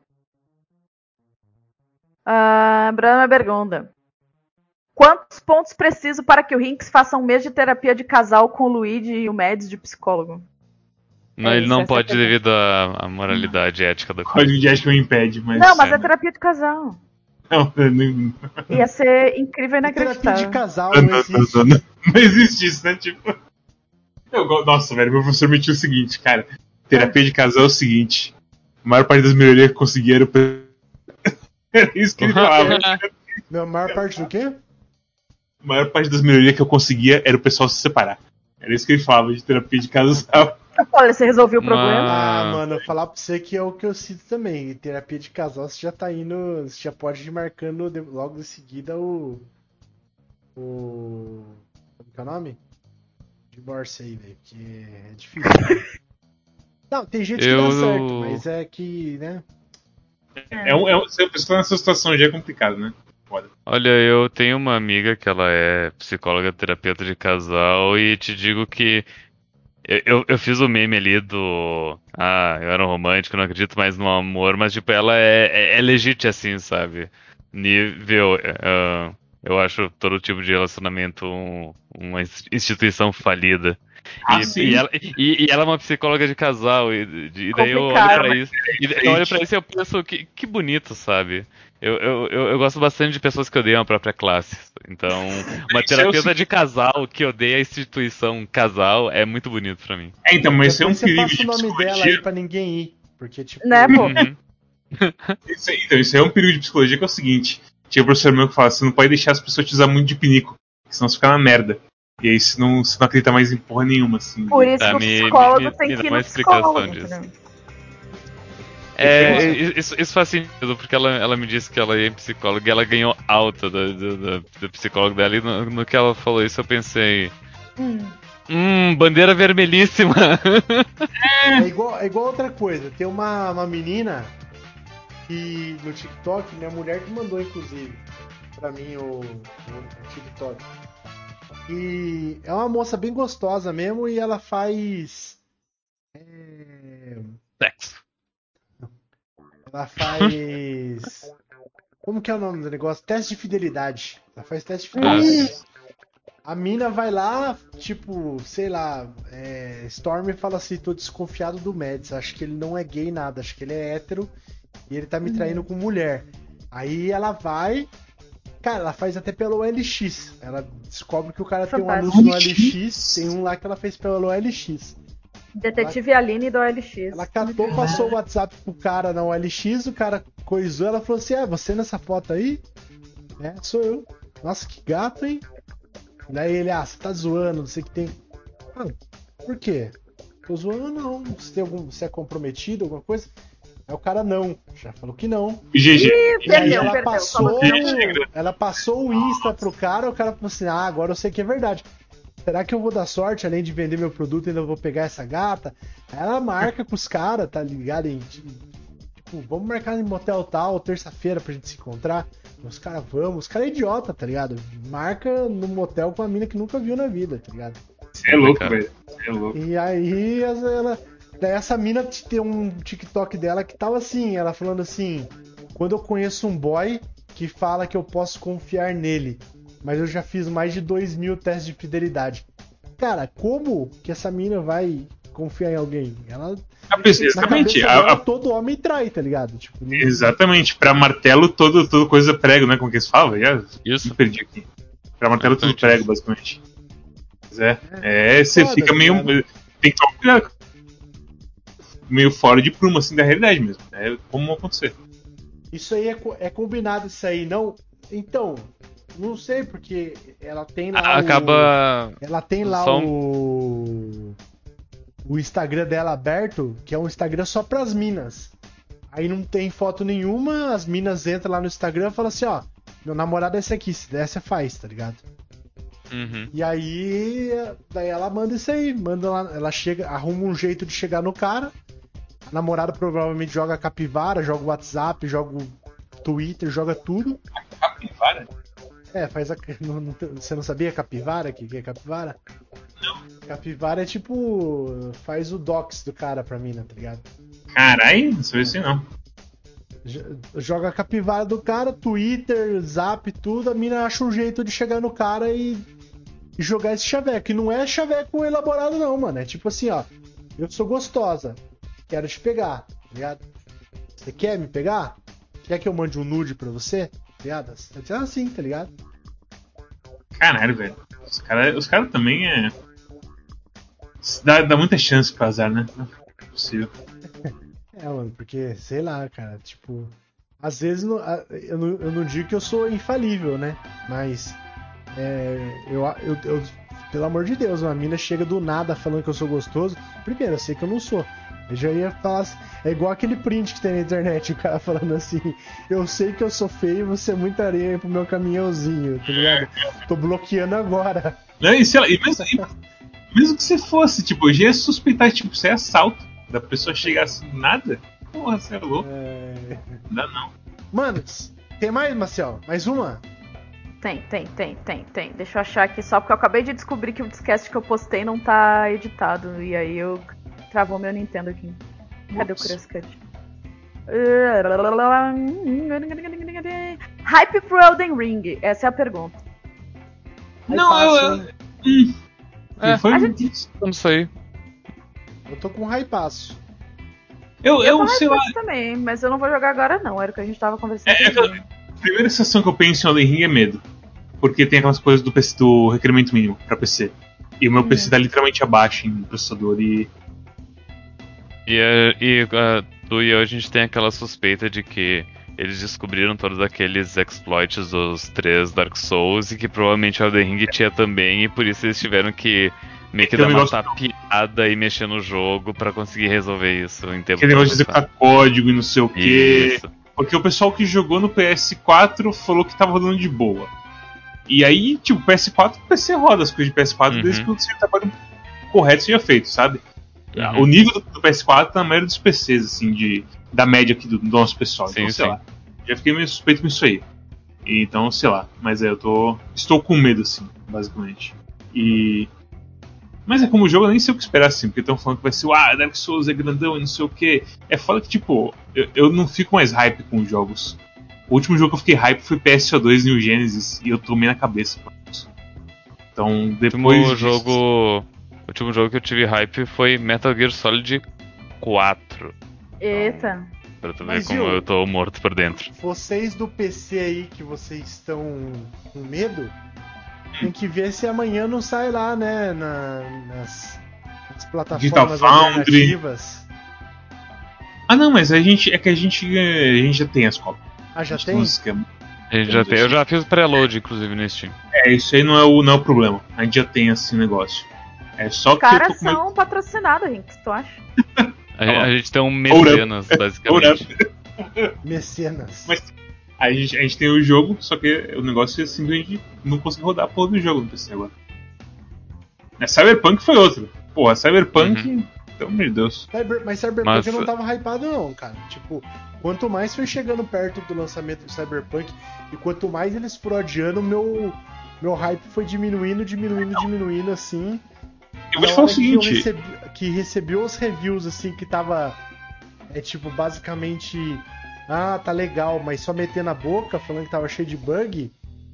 Brana pergunta. Quantos pontos preciso para que o Rinks faça um mês de terapia de casal com o Luigi e o Mads de psicólogo? Não, É ele isso, não essa é a pode pergunta. devido à moralidade ética da coisa. Código de ética me impede, mas. Não, mas é terapia de casal. Não, não, Ia ser incrível e Terapia de inacreditável. casal não existe. não existe isso, né? Tipo. Nossa, velho, meu professor me disse o seguinte, cara. Terapia de casal é o seguinte. A maior parte das melhorias que eu consegui era era isso que ele falava. A maior parte do quê? A maior parte das melhorias que eu conseguia era o pessoal se separar. Era isso que ele falava de terapia de casal. Olha, você resolveu o problema. Mano, falar pra você que é o que eu sinto também. Em terapia de casal, você já tá indo. Você já pode ir marcando logo em seguida o. Como que é o nome? Divórcio aí, velho. Que é difícil. Né? Não, tem gente que dá certo, mas é que, né? Se a pessoa tá nessa situação já é complicado, né? Foda. Olha, eu tenho uma amiga que ela é psicóloga, terapeuta de casal, e te digo que eu fiz o meme ali do. Ah, eu era um romântico, não acredito mais no amor, mas tipo, ela é legítima assim, sabe? Nível. Eu acho todo tipo de relacionamento uma instituição falida. Sim. E ela é uma psicóloga de casal, e daí eu olho Complicado. pra isso. E eu olho pra isso e eu penso, que bonito, sabe? Eu gosto bastante de pessoas que odeiam a própria classe. Então, uma terapeuta de casal que odeia a instituição casal é muito bonito pra mim. Então, mas isso é um Depois você perigo passa de o nome dela aí psicologia. pra ninguém ir. Porque, tipo. Né, pô? Uhum. Então, isso é um perigo de psicologia que é o seguinte: tinha um professor meu que fala, você não pode deixar as pessoas te usar muito de pinico, senão você fica na merda. E aí você não acredita mais em porra nenhuma, assim. Por isso Tá, que o me psicólogo tem dá que ir uma no explicação psicólogo. disso. Entendeu? Isso faz sentido, porque ela me disse que ela ia em psicólogo e ela ganhou alta do psicólogo dela. E no que ela falou isso, eu pensei. Bandeira vermelhíssima! É igual outra coisa. Tem uma menina que no TikTok, minha mulher que mandou, inclusive, pra mim o TikTok. E é uma moça bem gostosa mesmo e ela faz. Sexo. Ela faz. Como que é o nome do negócio? Teste de fidelidade. Ela faz teste de fidelidade. A mina vai lá, tipo, sei lá, Storm fala assim, tô desconfiado do Mads, acho que ele não é gay nada, acho que ele é hétero e ele tá me traindo com mulher. Aí ela vai, cara, ela faz até pelo OLX, ela descobre que o cara tem um Fantástico. anúncio no OLX, tem um lá que ela fez pelo OLX. Detetive Aline do OLX. Ela catou, passou o WhatsApp pro cara na OLX, o cara coisou, ela falou assim, você nessa foto aí? Sou eu. Nossa, que gato, hein? Daí ele, você tá zoando, não sei o que tem. Por quê? Tô zoando não. Você é comprometido, alguma coisa? Aí o cara não. Já falou que não. GG. E aí Perdeu. ela passou o Insta pro cara, o cara falou assim, agora eu sei que é verdade. Será que eu vou dar sorte, além de vender meu produto, ainda vou pegar essa gata? Aí ela marca com os caras, tá ligado? Tipo, vamos marcar em motel tal, terça-feira pra gente se encontrar. Os caras vamos, os caras é idiota, tá ligado? Marca no motel com a mina que nunca viu na vida, tá ligado? Você é louco, velho. Você é louco. E aí daí essa mina tem um TikTok dela que tava assim, ela falando assim, quando eu conheço um boy que fala que eu posso confiar nele, mas eu já fiz mais de 2.000 testes de fidelidade. Cara, como que essa mina vai confiar em alguém? Ela Exatamente. Na cabeça dela, todo homem trai, tá ligado? Tipo, Exatamente. Pra martelo, toda coisa prego, né? Como que eles falam? Isso. Me perdi aqui. Pra martelo, tudo prego, basicamente. Mas você foda, fica meio. ligado? Tem que tomar cuidado. Meio fora de prumo, assim, da realidade mesmo. É como acontecer. Isso aí é combinado, isso aí, não? Então, não sei, porque ela tem lá Ela tem lá o Instagram dela aberto, que é um Instagram só pras minas. Aí não tem foto nenhuma, as minas entram lá no Instagram e falam assim, meu namorado é esse aqui, se der, você faz, tá ligado? Uhum. E aí, daí ela manda isso aí, manda lá, ela chega, arruma um jeito de chegar no cara. A namorada provavelmente joga capivara, joga WhatsApp, joga Twitter, joga tudo. Capivara? Faz você não sabia capivara? O que é capivara? Não. Capivara é tipo. Faz o docs do cara pra mina, tá ligado? Caralho, não sei se não. Joga a capivara do cara, Twitter, Zap, tudo. A mina acha um jeito de chegar no cara e jogar esse chaveco. E não é chaveco elaborado, não, mano. É tipo assim, eu sou gostosa, quero te pegar, tá ligado? Você quer me pegar? Quer que eu mande um nude pra você? Tá ligado? É assim, tá ligado? Caralho, velho. Os caras também Dá muita chance pro azar, né? Não é possível. Mano, porque, sei lá, cara, tipo. Às vezes eu não digo que eu sou infalível, né? Mas. Pelo amor de Deus, uma mina chega do nada falando que eu sou gostoso. Primeiro, eu sei que eu não sou. Eu já ia falar assim, é igual aquele print que tem na internet, o cara falando assim, eu sei que eu sou feio, você é muita areia pro meu caminhãozinho, tá ligado? Tô bloqueando agora. Não, e sei lá, mesmo que você fosse, tipo, eu já ia suspeitar, tipo, você é assalto. Da pessoa chegar assim, nada? Porra, você é louco. Não dá não. Manos, tem mais, Marcel? Mais uma? Tem. Deixa eu achar aqui só, porque eu acabei de descobrir que o Discast que eu postei não tá editado. E aí eu travou meu Nintendo aqui. Cadê o Crash Cut? Hype pro Elden Ring? Essa é a pergunta. Não, foi A gente- Vamos sair. Eu tô com um hypaço. Eu sei lá. Também, mas eu não vou jogar agora não. Era o que a gente tava conversando. A primeira sensação que eu penso em Elden Ring é medo. Porque tem aquelas coisas do requerimento mínimo pra PC. E o meu PC tá literalmente abaixo em processador e... Tu e eu, a gente tem aquela suspeita de que eles descobriram todos aqueles exploits dos 3 Dark Souls e que provavelmente o Elden Ring tinha também, e por isso eles tiveram que meio que dar uma tapeada e mexer no jogo pra conseguir resolver isso em tempo. Aquele negócio de executar código e não sei o quê. Isso. Porque o pessoal que jogou no PS4 falou que tava rodando de boa. E aí, tipo, PS4, o PC roda as coisas de PS4 desde que o seu trabalho correto seja feito, sabe? O nível do PS4 tá na maioria dos PCs, assim, da média aqui do nosso pessoal. Então, sei lá. Já fiquei meio suspeito com isso aí. Então, sei lá. Mas estou com medo, assim, basicamente. Mas é como o jogo, eu nem sei o que esperar, assim, porque estão falando que vai ser Dark Souls é grandão e não sei o que. É foda que, tipo, eu não fico mais hype com os jogos. O último jogo que eu fiquei hype foi PSO2 New Genesis e eu tomei na cabeça por isso. Então, depois. O último jogo que eu tive hype foi Metal Gear Solid 4. Eita. Pra tu ver como eu tô morto por dentro. Vocês do PC aí que vocês estão com medo, tem que ver se amanhã não sai lá, né? Nas plataformas alternativas. Não, mas a gente já tem as cópias. Já tem? A gente já tem. Eu já fiz o preload, inclusive, no Steam. Isso aí não é o problema. A gente já tem assim o negócio. É só os caras são patrocinados, Rinks, tu acha? A gente tem um mecenas, basicamente. Mecenas. Mas a gente tem o jogo, só que o negócio é simplesmente não conseguir rodar a porra do jogo no PC agora. Cyberpunk foi outro. Porra, Cyberpunk, pelo amor de Deus. Mas Cyberpunk eu não tava hypado não, cara. Tipo, quanto mais foi chegando perto do lançamento do Cyberpunk e quanto mais eles foram adiando, meu hype foi diminuindo assim. Eu vou te falar o seguinte, que recebi os reviews assim que tava tipo basicamente tá legal, mas só metendo a boca falando que tava cheio de bug.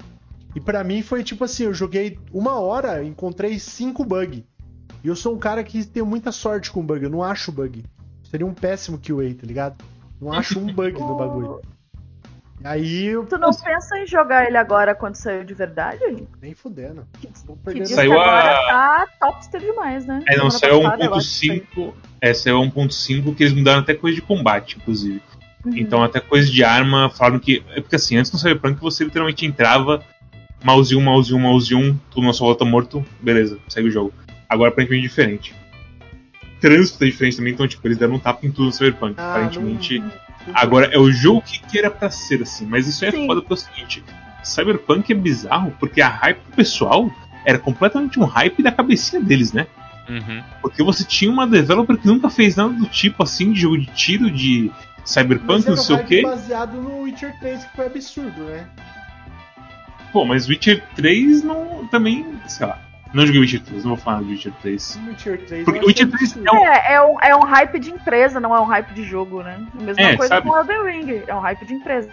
E pra mim foi tipo assim, eu joguei 1 hora, encontrei 5 bugs. E eu sou um cara que tem muita sorte com bug, eu não acho bug. Seria um péssimo QA, tá ligado? Não acho um bug no bagulho. E aí Tu não pensa em jogar ele agora quando saiu de verdade? Nem fudendo. Que saiu agora tá topster demais, né? Não, saiu 1.5. Saiu 1.5 que eles mudaram até coisa de combate, inclusive. Então até coisa de arma, falaram que... Porque assim, antes no Cyberpunk você literalmente entrava, mouse 1, tudo na sua volta morto, beleza, segue o jogo. Agora aparentemente é diferente. Trânsito é diferente também, então tipo, eles deram um tapa em tudo no Cyberpunk. Aparentemente... Agora, é o jogo que era pra ser assim, mas isso é foda porque é o seguinte: Cyberpunk é bizarro porque a hype do pessoal era completamente um hype da cabecinha deles, né? Porque você tinha uma developer que nunca fez nada do tipo assim, de jogo de tiro, de Cyberpunk, não sei o quê. Baseado no Witcher 3, que foi absurdo, né? Pô, mas Witcher 3 não. Também, sei lá. Não joguei Witcher 3, não vou falar de Witcher 3. Porque o Witcher 3 é um hype de empresa, não é um hype de jogo, né? A mesma coisa sabe? com o Elden Ring, é um hype de empresa.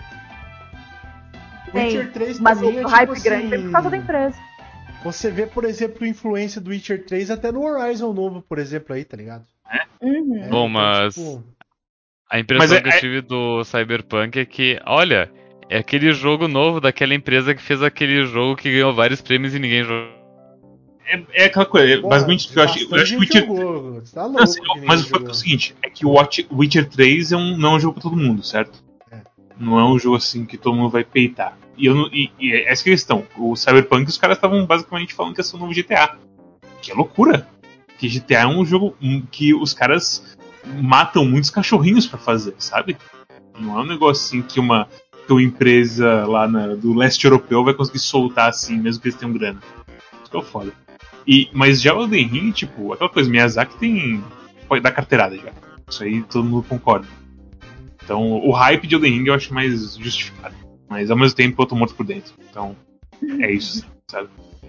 O Witcher 3 mas também o é hype tipo grande é por causa da empresa. Você vê, por exemplo, a influência do Witcher 3 até no Horizon novo, por exemplo, aí, tá ligado? Bom, mas a impressão que eu tive do Cyberpunk é que, olha, é aquele jogo novo daquela empresa que fez aquele jogo que ganhou vários prêmios e ninguém jogou. É aquela coisa, basicamente eu acho que o Witcher. Tá louco, mas o fato é o seguinte: é que o Witcher 3 não é um jogo pra todo mundo, certo? Não é um jogo assim que todo mundo vai peitar. E essa é a questão: o Cyberpunk, os caras estavam basicamente falando que ia ser um novo GTA. Que é loucura! Que GTA é um jogo que os caras matam muitos cachorrinhos pra fazer, sabe? Não é um negócio assim que uma empresa lá do leste europeu vai conseguir soltar assim, mesmo que eles tenham grana. Isso que é foda. Mas já o Elden Ring, tipo, aquela coisa, Miyazaki pode dar carteirada já. Isso aí todo mundo concorda. Então, o hype de Elden Ring eu acho mais justificado. Mas ao mesmo tempo eu tô morto por dentro. Então, é isso, sabe?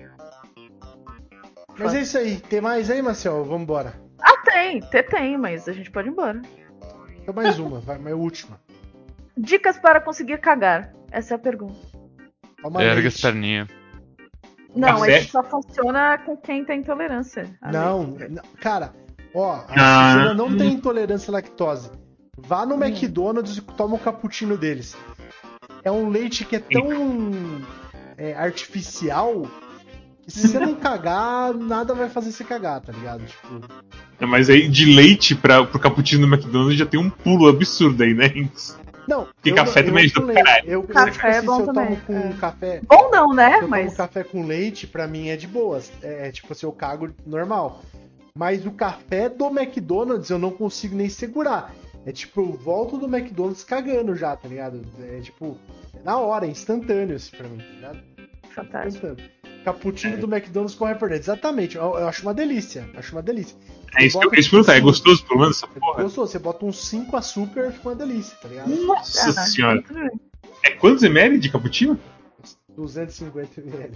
Mas é isso aí. Tem mais aí, Marcel? Vamos embora. Ah, tem, mas a gente pode ir embora. Então mais uma, vai, mais última. Dicas para conseguir cagar. Essa é a pergunta. Toma Erga leite. as perninhas. Não, Café? isso só funciona com quem tem intolerância. a Não, leite. não, cara, ó, a Ah. Cristina não tem intolerância à lactose. Vá no McDonald's e toma o cappuccino deles. É um leite que é tão artificial que se você não cagar, nada vai fazer você cagar, tá ligado? Tipo, Mas aí de leite pro cappuccino do McDonald's já tem um pulo absurdo aí, né? não. Porque café também é do leite. caralho. Café tipo é assim, bom se eu tomo também, com café. Bom não, né? Se eu Mas tomo café com leite, pra mim é de boas. É tipo assim, eu cago normal. Mas o café do McDonald's eu não consigo nem segurar. É tipo, eu volto do McDonald's cagando já, tá ligado? É tipo, na hora, é instantâneo assim pra mim, tá ligado? fantástico. Instantâneo. Cappuccino do McDonald's corre por dentro. Exatamente, eu acho uma delícia. Acho uma delícia. É isso que eu Bota, queria te perguntar. É assim, gostoso pelo menos essa é porra? gostoso, você bota uns 5 açúcar, fica uma delícia, tá ligado? Nossa Ah, senhora. tudo bem. É quantos ml de cappuccino? 250 ml.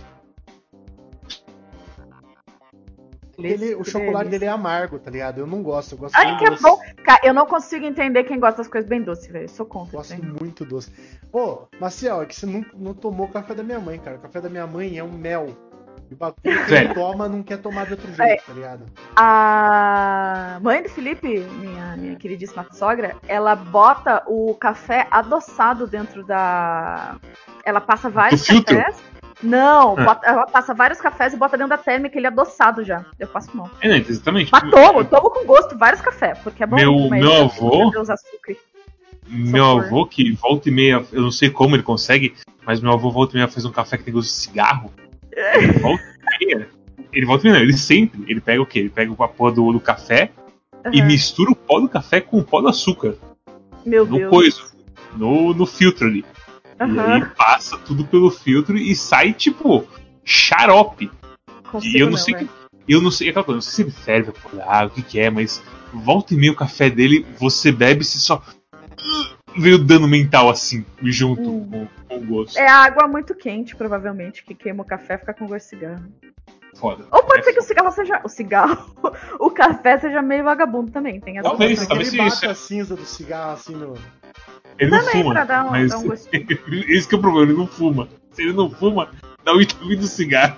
Delícia, O que chocolate delícia. dele é amargo, tá ligado? Eu não gosto, eu gosto Ai, bem que é doce. bom. Cara, eu não consigo entender quem gosta das coisas bem doces, velho. Eu sou contra. Gosto isso aí. muito doce. Ô, Maciel, é que você não tomou o café da minha mãe, cara. O café da minha mãe é um mel. E o bagulho que ele Sério? toma não quer tomar de outro jeito, tá ligado? A mãe do Felipe, minha queridíssima sogra, ela bota o café adoçado dentro da. Ela passa vários filtro? cafés. Não, Ah. ela passa vários cafés e bota dentro da térmica, ele é adoçado já. Eu passo mal. É, não, exatamente. Mas tomo com gosto vários cafés, porque é bom. mas Meu avô- meu Deus, açúcar. Meu Socorro. avô, que volta e meia, eu não sei como ele consegue, mas meu avô volta e meia faz um café que tem gosto de cigarro. Ele volta e meia. Ele volta e meia, não, ele sempre. Ele pega o quê? Ele pega a porra do café e Aham. mistura o pó do café com o pó do açúcar. Meu No Deus. coiso. No filtro ali. E aí Aham. passa tudo pelo filtro e sai tipo xarope. Consigo E eu não não, sei velho. eu não sei, aquela coisa, não sei se ele ferve por água, o que é, mas volta e meia o café dele, você bebe, você só veio dano mental assim, junto com o gosto. É água muito quente, provavelmente, que queima o café e fica com gosto de cigarro. Foda. Ou pode É ser que o foda. cigarro seja. O cigarro. O café seja meio vagabundo também. Tem essa Talvez, opção. talvez Ele seja bata isso. a cinza do cigarro assim no. Ele não Também, fuma, pra dar mas um gostinho. esse que é o problema, ele não fuma. Se ele não fuma, dá o vitamina do cigarro.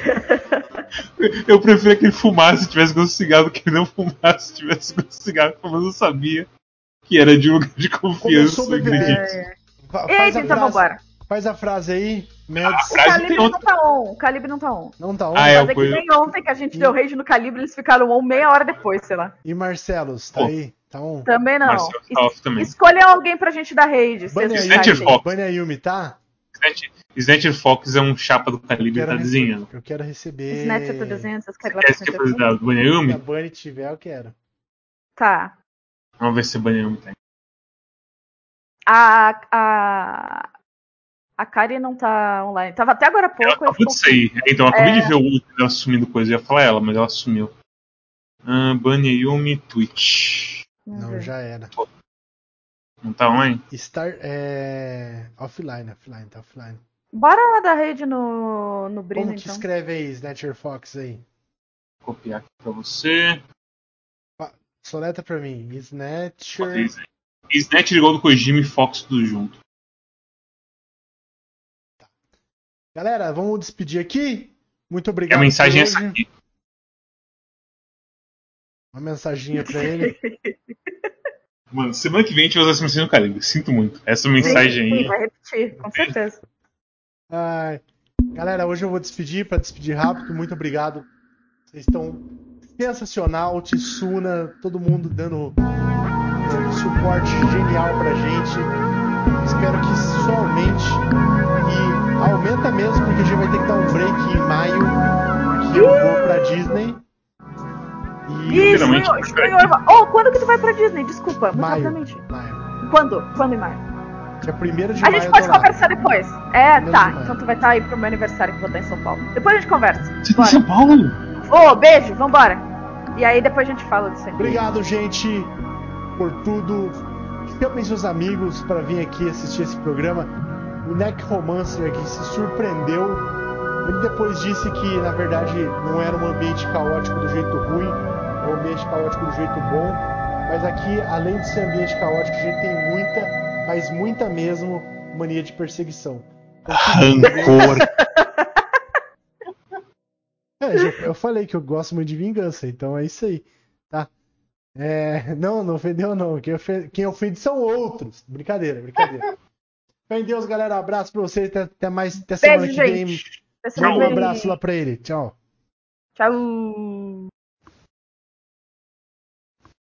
Eu prefiro que ele fumasse se tivesse gosto de cigarro do que ele não fumasse se tivesse gosto de cigarro, pelo menos eu sabia que era de um lugar de confiança Começou o a beber. ingrediente. Faz a Então frase. vambora. Faz a frase aí, Mads. O Frase calibre tem não outra. tá on. O calibre não tá on. Não tá on. Ah, é, Mas é que nem ontem que a gente deu raid no calibre, eles ficaram on meia hora depois, sei lá. E Marcelos, tá Pô. aí? Tá on? Também não. Marcelo tá off também. Escolha alguém pra gente dar raid. Bunny vocês Snatcher acham. Fox. Bunny Ayumi, tá? Snatcher Fox é um chapa do calibre que tá desenhando. Eu quero receber. Snatcher to desenho, vocês querem lá Essa que é pra coisa da Se a Bunny Bunny tiver, eu quero. Tá. Vamos ver se a Bunny tem. A Kari não tá online. Tava até agora há pouco. Ela aí acabou ficou- de sair. Então, eu acabei de ver o ela sumindo coisa. Eu ia falar ela, mas ela sumiu. Bunny Yumi Twitch. Vamos Não, ver. já era. Não tá online? Offline, tá offline. Bora lá dar raid no Brino, Como que então. escreve aí, Snatcher Fox aí? Vou copiar aqui pra você. Soleta pra mim. Snatcher. Snatcher igual do Kojima e Fox tudo junto. Galera, vamos despedir aqui. Muito E obrigado. a mensagem é por essa hoje. aqui. Uma mensaginha pra ele. Mano, semana que vem a gente vai usar essa mensagem no Calibre. Sinto muito. Essa mensagem Sim, aí. vai repetir, com certeza. Ai. Galera, hoje eu vou despedir, pra despedir rápido. Muito obrigado. Vocês estão sensacional. Tsuna, todo mundo dando suporte genial pra gente. Espero que isso só aumente. E aumenta mesmo, porque a gente vai ter que dar um break em maio. Porque eu vou pra Disney. E Finalmente. Quando que tu vai pra Disney? Desculpa, muito maio. rapidamente. Maio. Quando? Quando em maio? Dia 1º de A maio gente eu pode tô lá. conversar depois. Primeiro Tá. de maio. Então tu vai estar aí pro meu aniversário que eu vou estar em São Paulo. Depois a gente conversa. Você tá em São Bora. Paulo? Beijo, vambora. E aí depois a gente fala disso aí. Obrigado, gente. por tudo. Chamem seus amigos para vir aqui assistir esse programa. O Necromancer aqui se surpreendeu. Ele depois disse que, na verdade, não era um ambiente caótico do jeito ruim, é um ambiente caótico do jeito bom. Mas aqui, além de ser ambiente caótico, a gente tem muita, mas muita mesmo, mania de perseguição. Então, Rancor. Eu falei que eu gosto muito de vingança, então é isso aí, tá? Não ofendeu não. Quem ofende são outros. Brincadeira. Fé em Deus, galera. Abraço pra vocês. Até semana Beijo, que vem. gente. Manda um abraço lá pra ele. Tchau. Tchau.